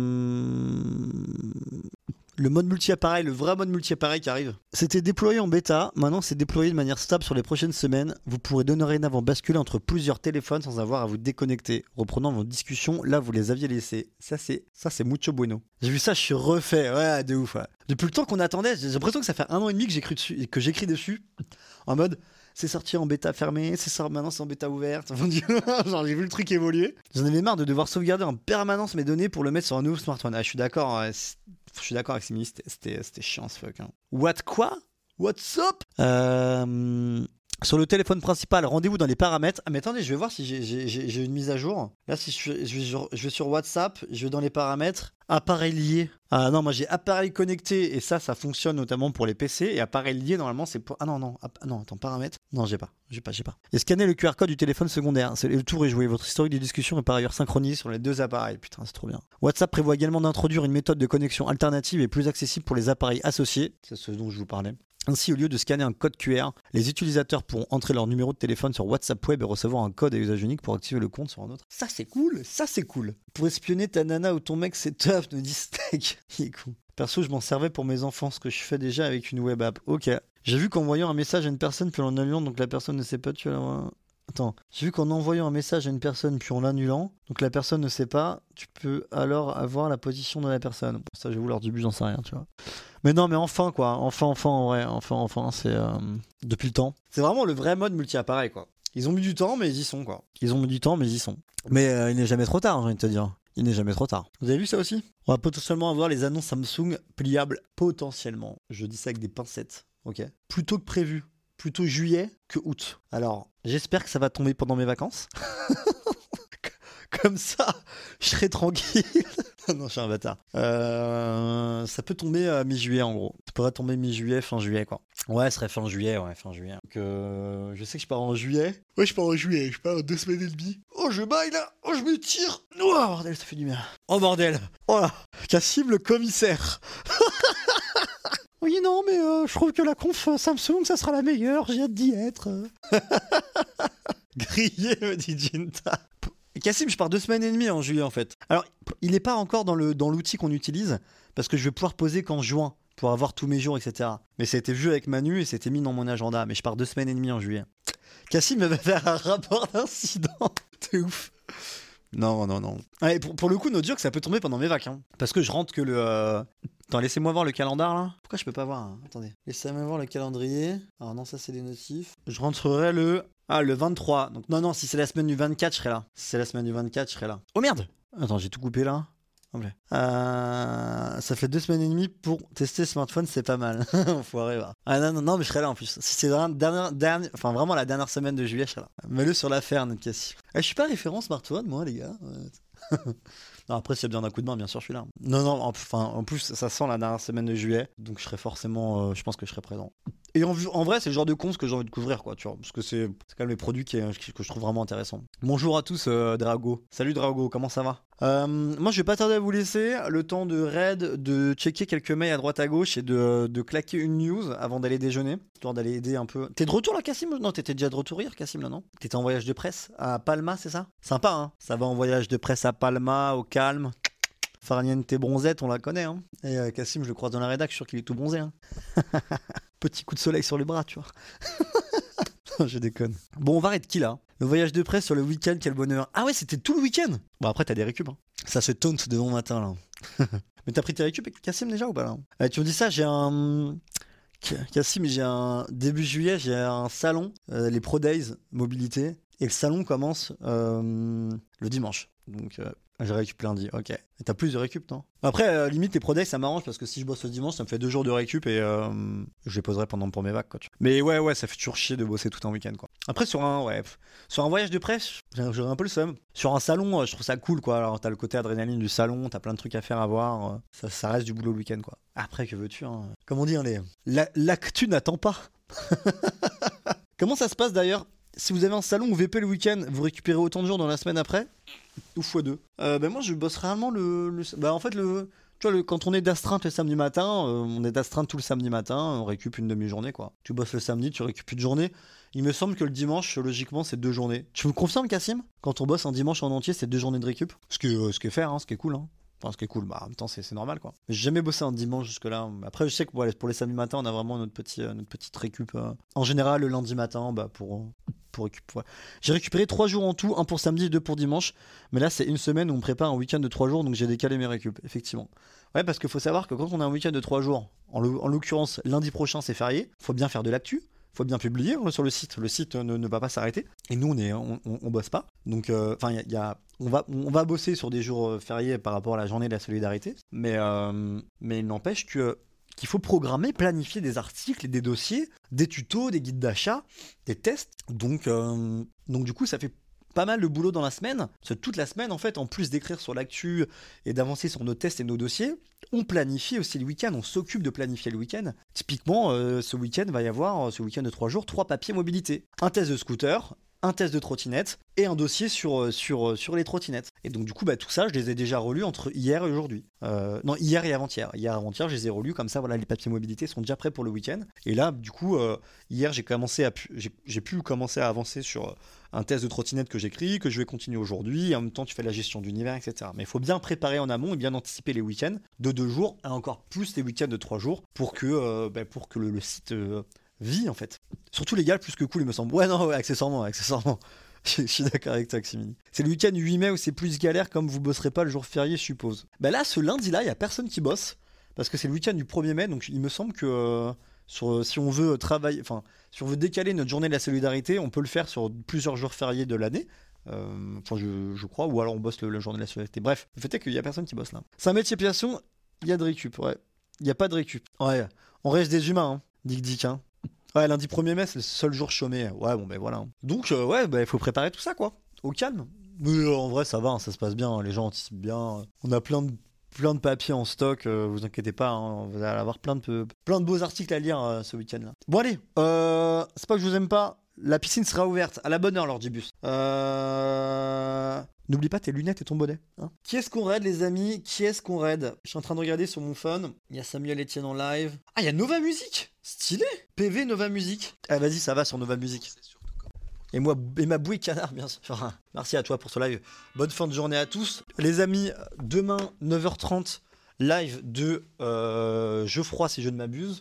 le mode multi-appareil, le vrai mode multi-appareil qui arrive. C'était déployé en bêta, maintenant c'est déployé de manière stable sur les prochaines semaines. Vous pourrez dorénavant basculer entre plusieurs téléphones sans avoir à vous déconnecter. Reprenant vos discussions, là vous les aviez laissées. Ça c'est mucho bueno. J'ai vu ça, je suis refait, ouais, de ouf. Ouais. Depuis le temps qu'on attendait, j'ai l'impression que ça fait 1 an et demi que j'écris dessus, en mode... C'est sorti en bêta fermée, maintenant c'est en bêta ouverte. Genre j'ai vu le truc évoluer. J'en avais marre de devoir sauvegarder en permanence mes données pour le mettre sur un nouveau smartphone. Je suis d'accord, avec Simili, c'était chiant ce fuck. Hein. What's up Sur le téléphone principal, rendez-vous dans les paramètres. Ah mais attendez, je vais voir si j'ai une mise à jour. Là, si je vais sur WhatsApp, je vais dans les paramètres. Appareil lié. Ah non, moi j'ai appareil connecté et ça fonctionne notamment pour les PC. Et appareil lié, normalement, c'est pour... Ah non, attends, paramètres. Non, j'ai pas. Et scannez le QR code du téléphone secondaire. Le tour est joué. Votre historique de discussion est par ailleurs synchronisé sur les 2 appareils. Putain, c'est trop bien. WhatsApp prévoit également d'introduire une méthode de connexion alternative et plus accessible pour les appareils associés. C'est ce dont je vous parlais. Ainsi, au lieu de scanner un code QR, les utilisateurs pourront entrer leur numéro de téléphone sur WhatsApp Web et recevoir un code à usage unique pour activer le compte sur un autre. Ça, c'est cool. Pour espionner ta nana ou ton mec, c'est tough, nous dit Steak. Il est cool. Perso, je m'en servais pour mes enfants, ce que je fais déjà avec une web app. Ok. J'ai vu qu'en envoyant un message à une personne, puis en l'annulant, donc la personne ne sait pas, tu vas... Attends, j'ai vu qu'en envoyant un message à une personne puis en l'annulant, donc la personne ne sait pas, tu peux alors avoir la position de la personne. Bon, ça, j'avoue, leur début, j'en sais rien, tu vois. Mais non, mais enfin, quoi. Enfin, en vrai. Enfin, c'est... depuis le temps. C'est vraiment le vrai mode multi-appareil, quoi. Ils ont mis du temps, mais ils y sont, quoi. Mais il n'est jamais trop tard, j'ai envie de te dire. Il n'est jamais trop tard. Vous avez vu ça aussi ? On va potentiellement avoir les annonces Samsung pliables, potentiellement. Je dis ça avec des pincettes, ok ? Plutôt que prévu. Plutôt juillet que août. Alors, j'espère que ça va tomber pendant mes vacances. Comme ça, je serai tranquille. Non, je suis un bâtard. Ça peut tomber mi-juillet, en gros. Ça pourrait tomber mi-juillet, fin juillet, quoi. Ouais, ce serait fin juillet. Donc, je sais que je pars en juillet. Ouais, je pars en 2 semaines et demie. Oh, je baille, là. Oh, je me tire. Oh, bordel, ça fait du bien. Oh, bordel. Oh là, Cassim, le commissaire. Oui, non, mais je trouve que la conf Samsung, ça sera la meilleure. J'ai hâte d'y être. Grillé, me dit Jinta. Cassim, je pars 2 semaines et demie en juillet, en fait. Alors, il n'est pas encore dans l'outil qu'on utilise, parce que je vais pouvoir poser qu'en juin, pour avoir tous mes jours, etc. Mais ça a été vu avec Manu et c'était mis dans mon agenda. Mais je pars 2 semaines et demie en juillet. Cassim va faire un rapport d'incident. C'est ouf. Non. Allez, pour le coup, no joke, ça peut tomber pendant mes vacances. Parce que je rentre que le... Attends, laissez-moi voir le calendrier, là. Pourquoi je peux pas voir, hein ? Attendez. Laissez-moi voir le calendrier. Alors non, ça, c'est des notifs. Je rentrerai le 23. Donc non, si c'est la semaine du 24, je serai là. Si c'est la semaine du 24, je serai là. Oh merde ! Attends, j'ai tout coupé, là. s'il te plaît. Ça fait 2 semaines et demie pour tester le smartphone, c'est pas mal. Enfoiré, va. Ah non, mais je serai là en plus. Si c'est vraiment la dernière semaine de juillet, je serai là. Mets-le sur la ferme, Cassie. Je suis pas référent smartphone, moi, les gars. Non, après, s'il y a besoin d'un coup de main, bien sûr, je suis là. Non, en plus, ça sent la dernière semaine de juillet, donc je serai forcément, je pense que je serai présent. Et en vrai, c'est le genre de cons que j'ai envie de couvrir, quoi, tu vois, parce que c'est quand même les produits que je trouve vraiment intéressants. Bonjour à tous, Drago. Salut Drago, comment ça va? Moi, je vais pas tarder à vous laisser le temps de raid, de checker quelques mails à droite à gauche et de claquer une news avant d'aller déjeuner, histoire d'aller aider un peu. T'es de retour là, Cassim? Non, t'étais déjà de retour hier, Cassim, là, non? T'étais en voyage de presse à Palma, c'est ça? Sympa, hein? Ça va en voyage de presse à Palma, au calme. Farniente bronzette, on la connaît, hein. Et Cassim, je le croise dans la rédac, je suis sûr qu'il est tout bronzé, hein. Petit coup de soleil sur les bras, tu vois. Je déconne. Bon, on va arrêter qui là? Le voyage de presse sur le week-end, quel bonheur. Ah ouais, c'était tout le week-end. Bon, après, t'as des récup, hein. Ça se taunt de bon matin, là. Mais t'as pris tes récup, Cassim, déjà ou pas là? Tu me dis ça, Cassim, j'ai un début juillet, j'ai un salon, les Pro Days mobilité, et le salon commence le dimanche. Donc j'ai récup lundi, ok. Et t'as plus de récup, non? Après, limite, les Pro Days, ça m'arrange parce que si je bosse le dimanche, ça me fait 2 jours de récup et je les poserai pour mes vagues, quoi. Mais ouais, ça fait toujours chier de bosser tout un week-end, quoi. Après, sur un voyage de presse, j'aurais un peu le seum. Sur un salon, je trouve ça cool, quoi. Alors, t'as le côté adrénaline du salon, t'as plein de trucs à faire, à voir. Ça reste du boulot le week-end, quoi. Après, que veux-tu, hein? Comme on dit, hein, l'actu n'attend pas. Comment ça se passe d'ailleurs? Si vous avez un salon ou VP le week-end, vous récupérez autant de jours dans la semaine après? Ou x2? Moi, je bosse rarement en fait, tu vois, quand on est d'astreinte le samedi matin, on est d'astreinte tout le samedi matin, on récup une demi-journée, quoi. Tu bosses le samedi, tu récupères une journée. Il me semble que le dimanche, logiquement, c'est 2 journées. Tu me confirmes, Cassim? Quand on bosse un dimanche en entier, c'est 2 journées de récup? Ce qui est faire, hein, ce qui est cool, hein. Enfin, ce qui est cool, en même temps, c'est normal, quoi. J'ai jamais bossé un dimanche jusque-là. Après, je sais que pour les samedis matins, on a vraiment notre petite récup. En général, le lundi matin, pour récup. Ouais. J'ai récupéré 3 jours en tout, 1 pour samedi et 2 pour dimanche. Mais là, c'est une semaine où on prépare un week-end de 3 jours, donc j'ai décalé mes récup, effectivement. Ouais, parce qu'il faut savoir que quand on a un week-end de 3 jours, en l'occurrence, lundi prochain, c'est férié, faut bien faire de l'actu. Faut bien publier sur le site. Le site ne va pas s'arrêter. Et nous, on bosse pas. Donc, on va bosser sur des jours fériés par rapport à la journée de la solidarité. Mais il n'empêche qu'il faut programmer, planifier des articles et des dossiers, des tutos, des guides d'achat, des tests. Donc du coup, ça fait pas mal de boulot dans la semaine. Parce que toute la semaine, en fait, en plus d'écrire sur l'actu et d'avancer sur nos tests et nos dossiers, on planifie aussi le week-end, on s'occupe de planifier le week-end. Typiquement, ce week-end va y avoir, ce week-end de 3 jours, 3 papiers mobilité. Un test de scooter, un test de trottinette et un dossier sur les trottinettes. Et donc du coup, tout ça, je les ai déjà relus entre hier et aujourd'hui. Non, hier et avant-hier. Hier et avant-hier, je les ai relus, comme ça, voilà, les papiers mobilité sont déjà prêts pour le week-end. Et là, du coup, hier, j'ai pu commencer à avancer sur un test de trottinette que j'écris, que je vais continuer aujourd'hui. Et en même temps, tu fais la gestion d'univers, etc. Mais il faut bien préparer en amont et bien anticiper les week-ends de 2 jours et encore plus les week-ends de 3 jours pour que le site vit, en fait. Surtout légal, plus que cool, il me semble. Ouais, non, ouais, accessoirement. Je suis d'accord avec toi, Ximini. C'est le week-end 8 mai où c'est plus galère, comme vous bosserez pas le jour férié, je suppose. Là, ce lundi-là, il y a personne qui bosse, parce que c'est le week-end du 1er mai, donc il me semble que si on veut travailler, enfin, si on veut décaler notre journée de la solidarité, on peut le faire sur plusieurs jours fériés de l'année. Je crois, ou alors on bosse le jour de la solidarité. Bref, le fait est qu'il y a personne qui bosse là. C'est un métier passion, il y a de récup, ouais. Il n'y a pas de récup. Ouais, on reste des humains, hein. Dick, hein. Ouais, lundi 1er mai, c'est le seul jour chômé. Ouais, bon, voilà. Donc, il faut préparer tout ça, quoi. Au calme. Mais en vrai, ça va, hein, ça se passe bien. Hein, les gens anticipent bien. On a plein de papiers en stock. Vous inquiétez pas, hein, vous allez avoir plein de beaux articles à lire ce week-end-là. Bon, allez. C'est pas que je vous aime pas. La piscine sera ouverte à la bonne heure, Lordibus. N'oublie pas tes lunettes et ton bonnet. Hein. Qui est-ce qu'on raid, les amis? Qui est-ce qu'on raid? Je suis en train de regarder sur mon phone. Il y a Samuel Etienne en live. Ah, il y a Nova Music. Stylé. PV Nova Music. Ah, vas-y, ça va sur Nova Music. Et moi, et ma bouée canard, bien sûr. Merci à toi pour ce live. Bonne fin de journée à tous. Les amis, demain, 9h30, live de Geoffroy, si je ne m'abuse.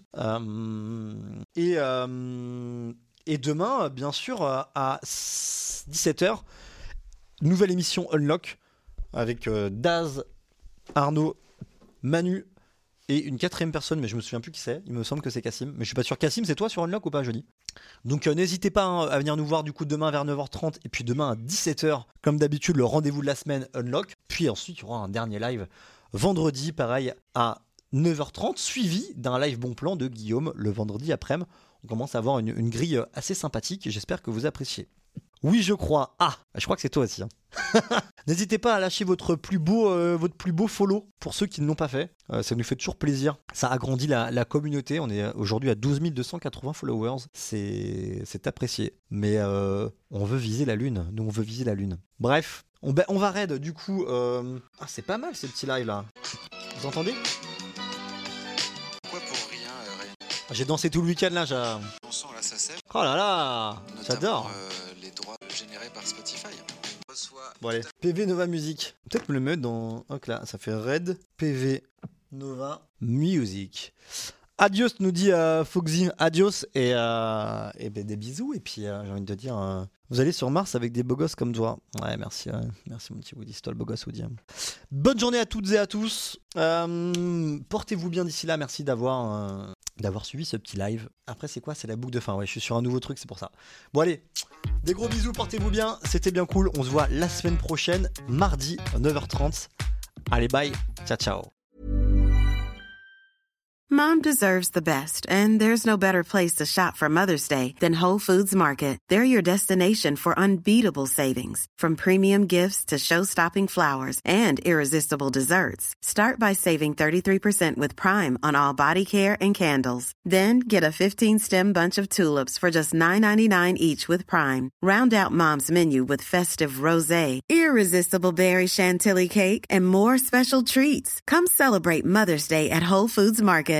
Et demain, bien sûr, à 17h, nouvelle émission Unlock avec Daz, Arnaud, Manu et une 4e personne, mais je me souviens plus qui c'est. Il me semble que c'est Cassim, mais je suis pas sûr. Cassim, c'est toi sur Unlock ou pas, jeudi? Donc n'hésitez pas à venir nous voir du coup demain vers 9h30 et puis demain à 17h, comme d'habitude, le rendez-vous de la semaine Unlock. Puis ensuite, il y aura un dernier live vendredi, pareil, à 9h30, suivi d'un live bon plan de Guillaume le vendredi après-midi. On commence à avoir une grille assez sympathique. J'espère que vous appréciez. Oui, je crois. Ah, je crois que c'est toi aussi. Hein. N'hésitez pas à lâcher votre plus beau follow pour ceux qui ne l'ont pas fait. Ça nous fait toujours plaisir. Ça agrandit la communauté. On est aujourd'hui à 12 280 followers. C'est apprécié. Mais on veut viser la lune. Nous, on veut viser la lune. Bref, on va raid du coup. C'est pas mal ces petits lives là. Vous entendez ? Pourquoi pour rien, J'ai dansé tout le week-end là. On sent là, ça sèche. Oh là là, j'adore. Les droits générés par Spotify. Bon allez, PV Nova Music. Peut-être me le mettre dans... Ok là, ça fait Red PV Nova Music. Adios nous dit Foxy, adios et des bisous. Et puis j'ai envie de te dire, vous allez sur Mars avec des beaux gosses comme toi. Ouais, merci mon petit Woody, c'est toi le beau gosse Woody. Bonne journée à toutes et à tous. Portez-vous bien d'ici là, merci d'avoir suivi ce petit live. Après c'est quoi ? C'est la boucle de fin. Ouais, je suis sur un nouveau truc, c'est pour ça. Bon allez, des gros bisous, portez-vous bien, c'était bien cool. On se voit la semaine prochaine, mardi 9h30. Allez, bye, ciao ciao. Mom deserves the best, and there's no better place to shop for Mother's Day than Whole Foods Market. They're your destination for unbeatable savings, from premium gifts to show-stopping flowers and irresistible desserts. Start by saving 33% with Prime on all body care and candles. Then get a 15-stem bunch of tulips for just $9.99 each with Prime. Round out Mom's menu with festive rosé, irresistible berry chantilly cake, and more special treats. Come celebrate Mother's Day at Whole Foods Market.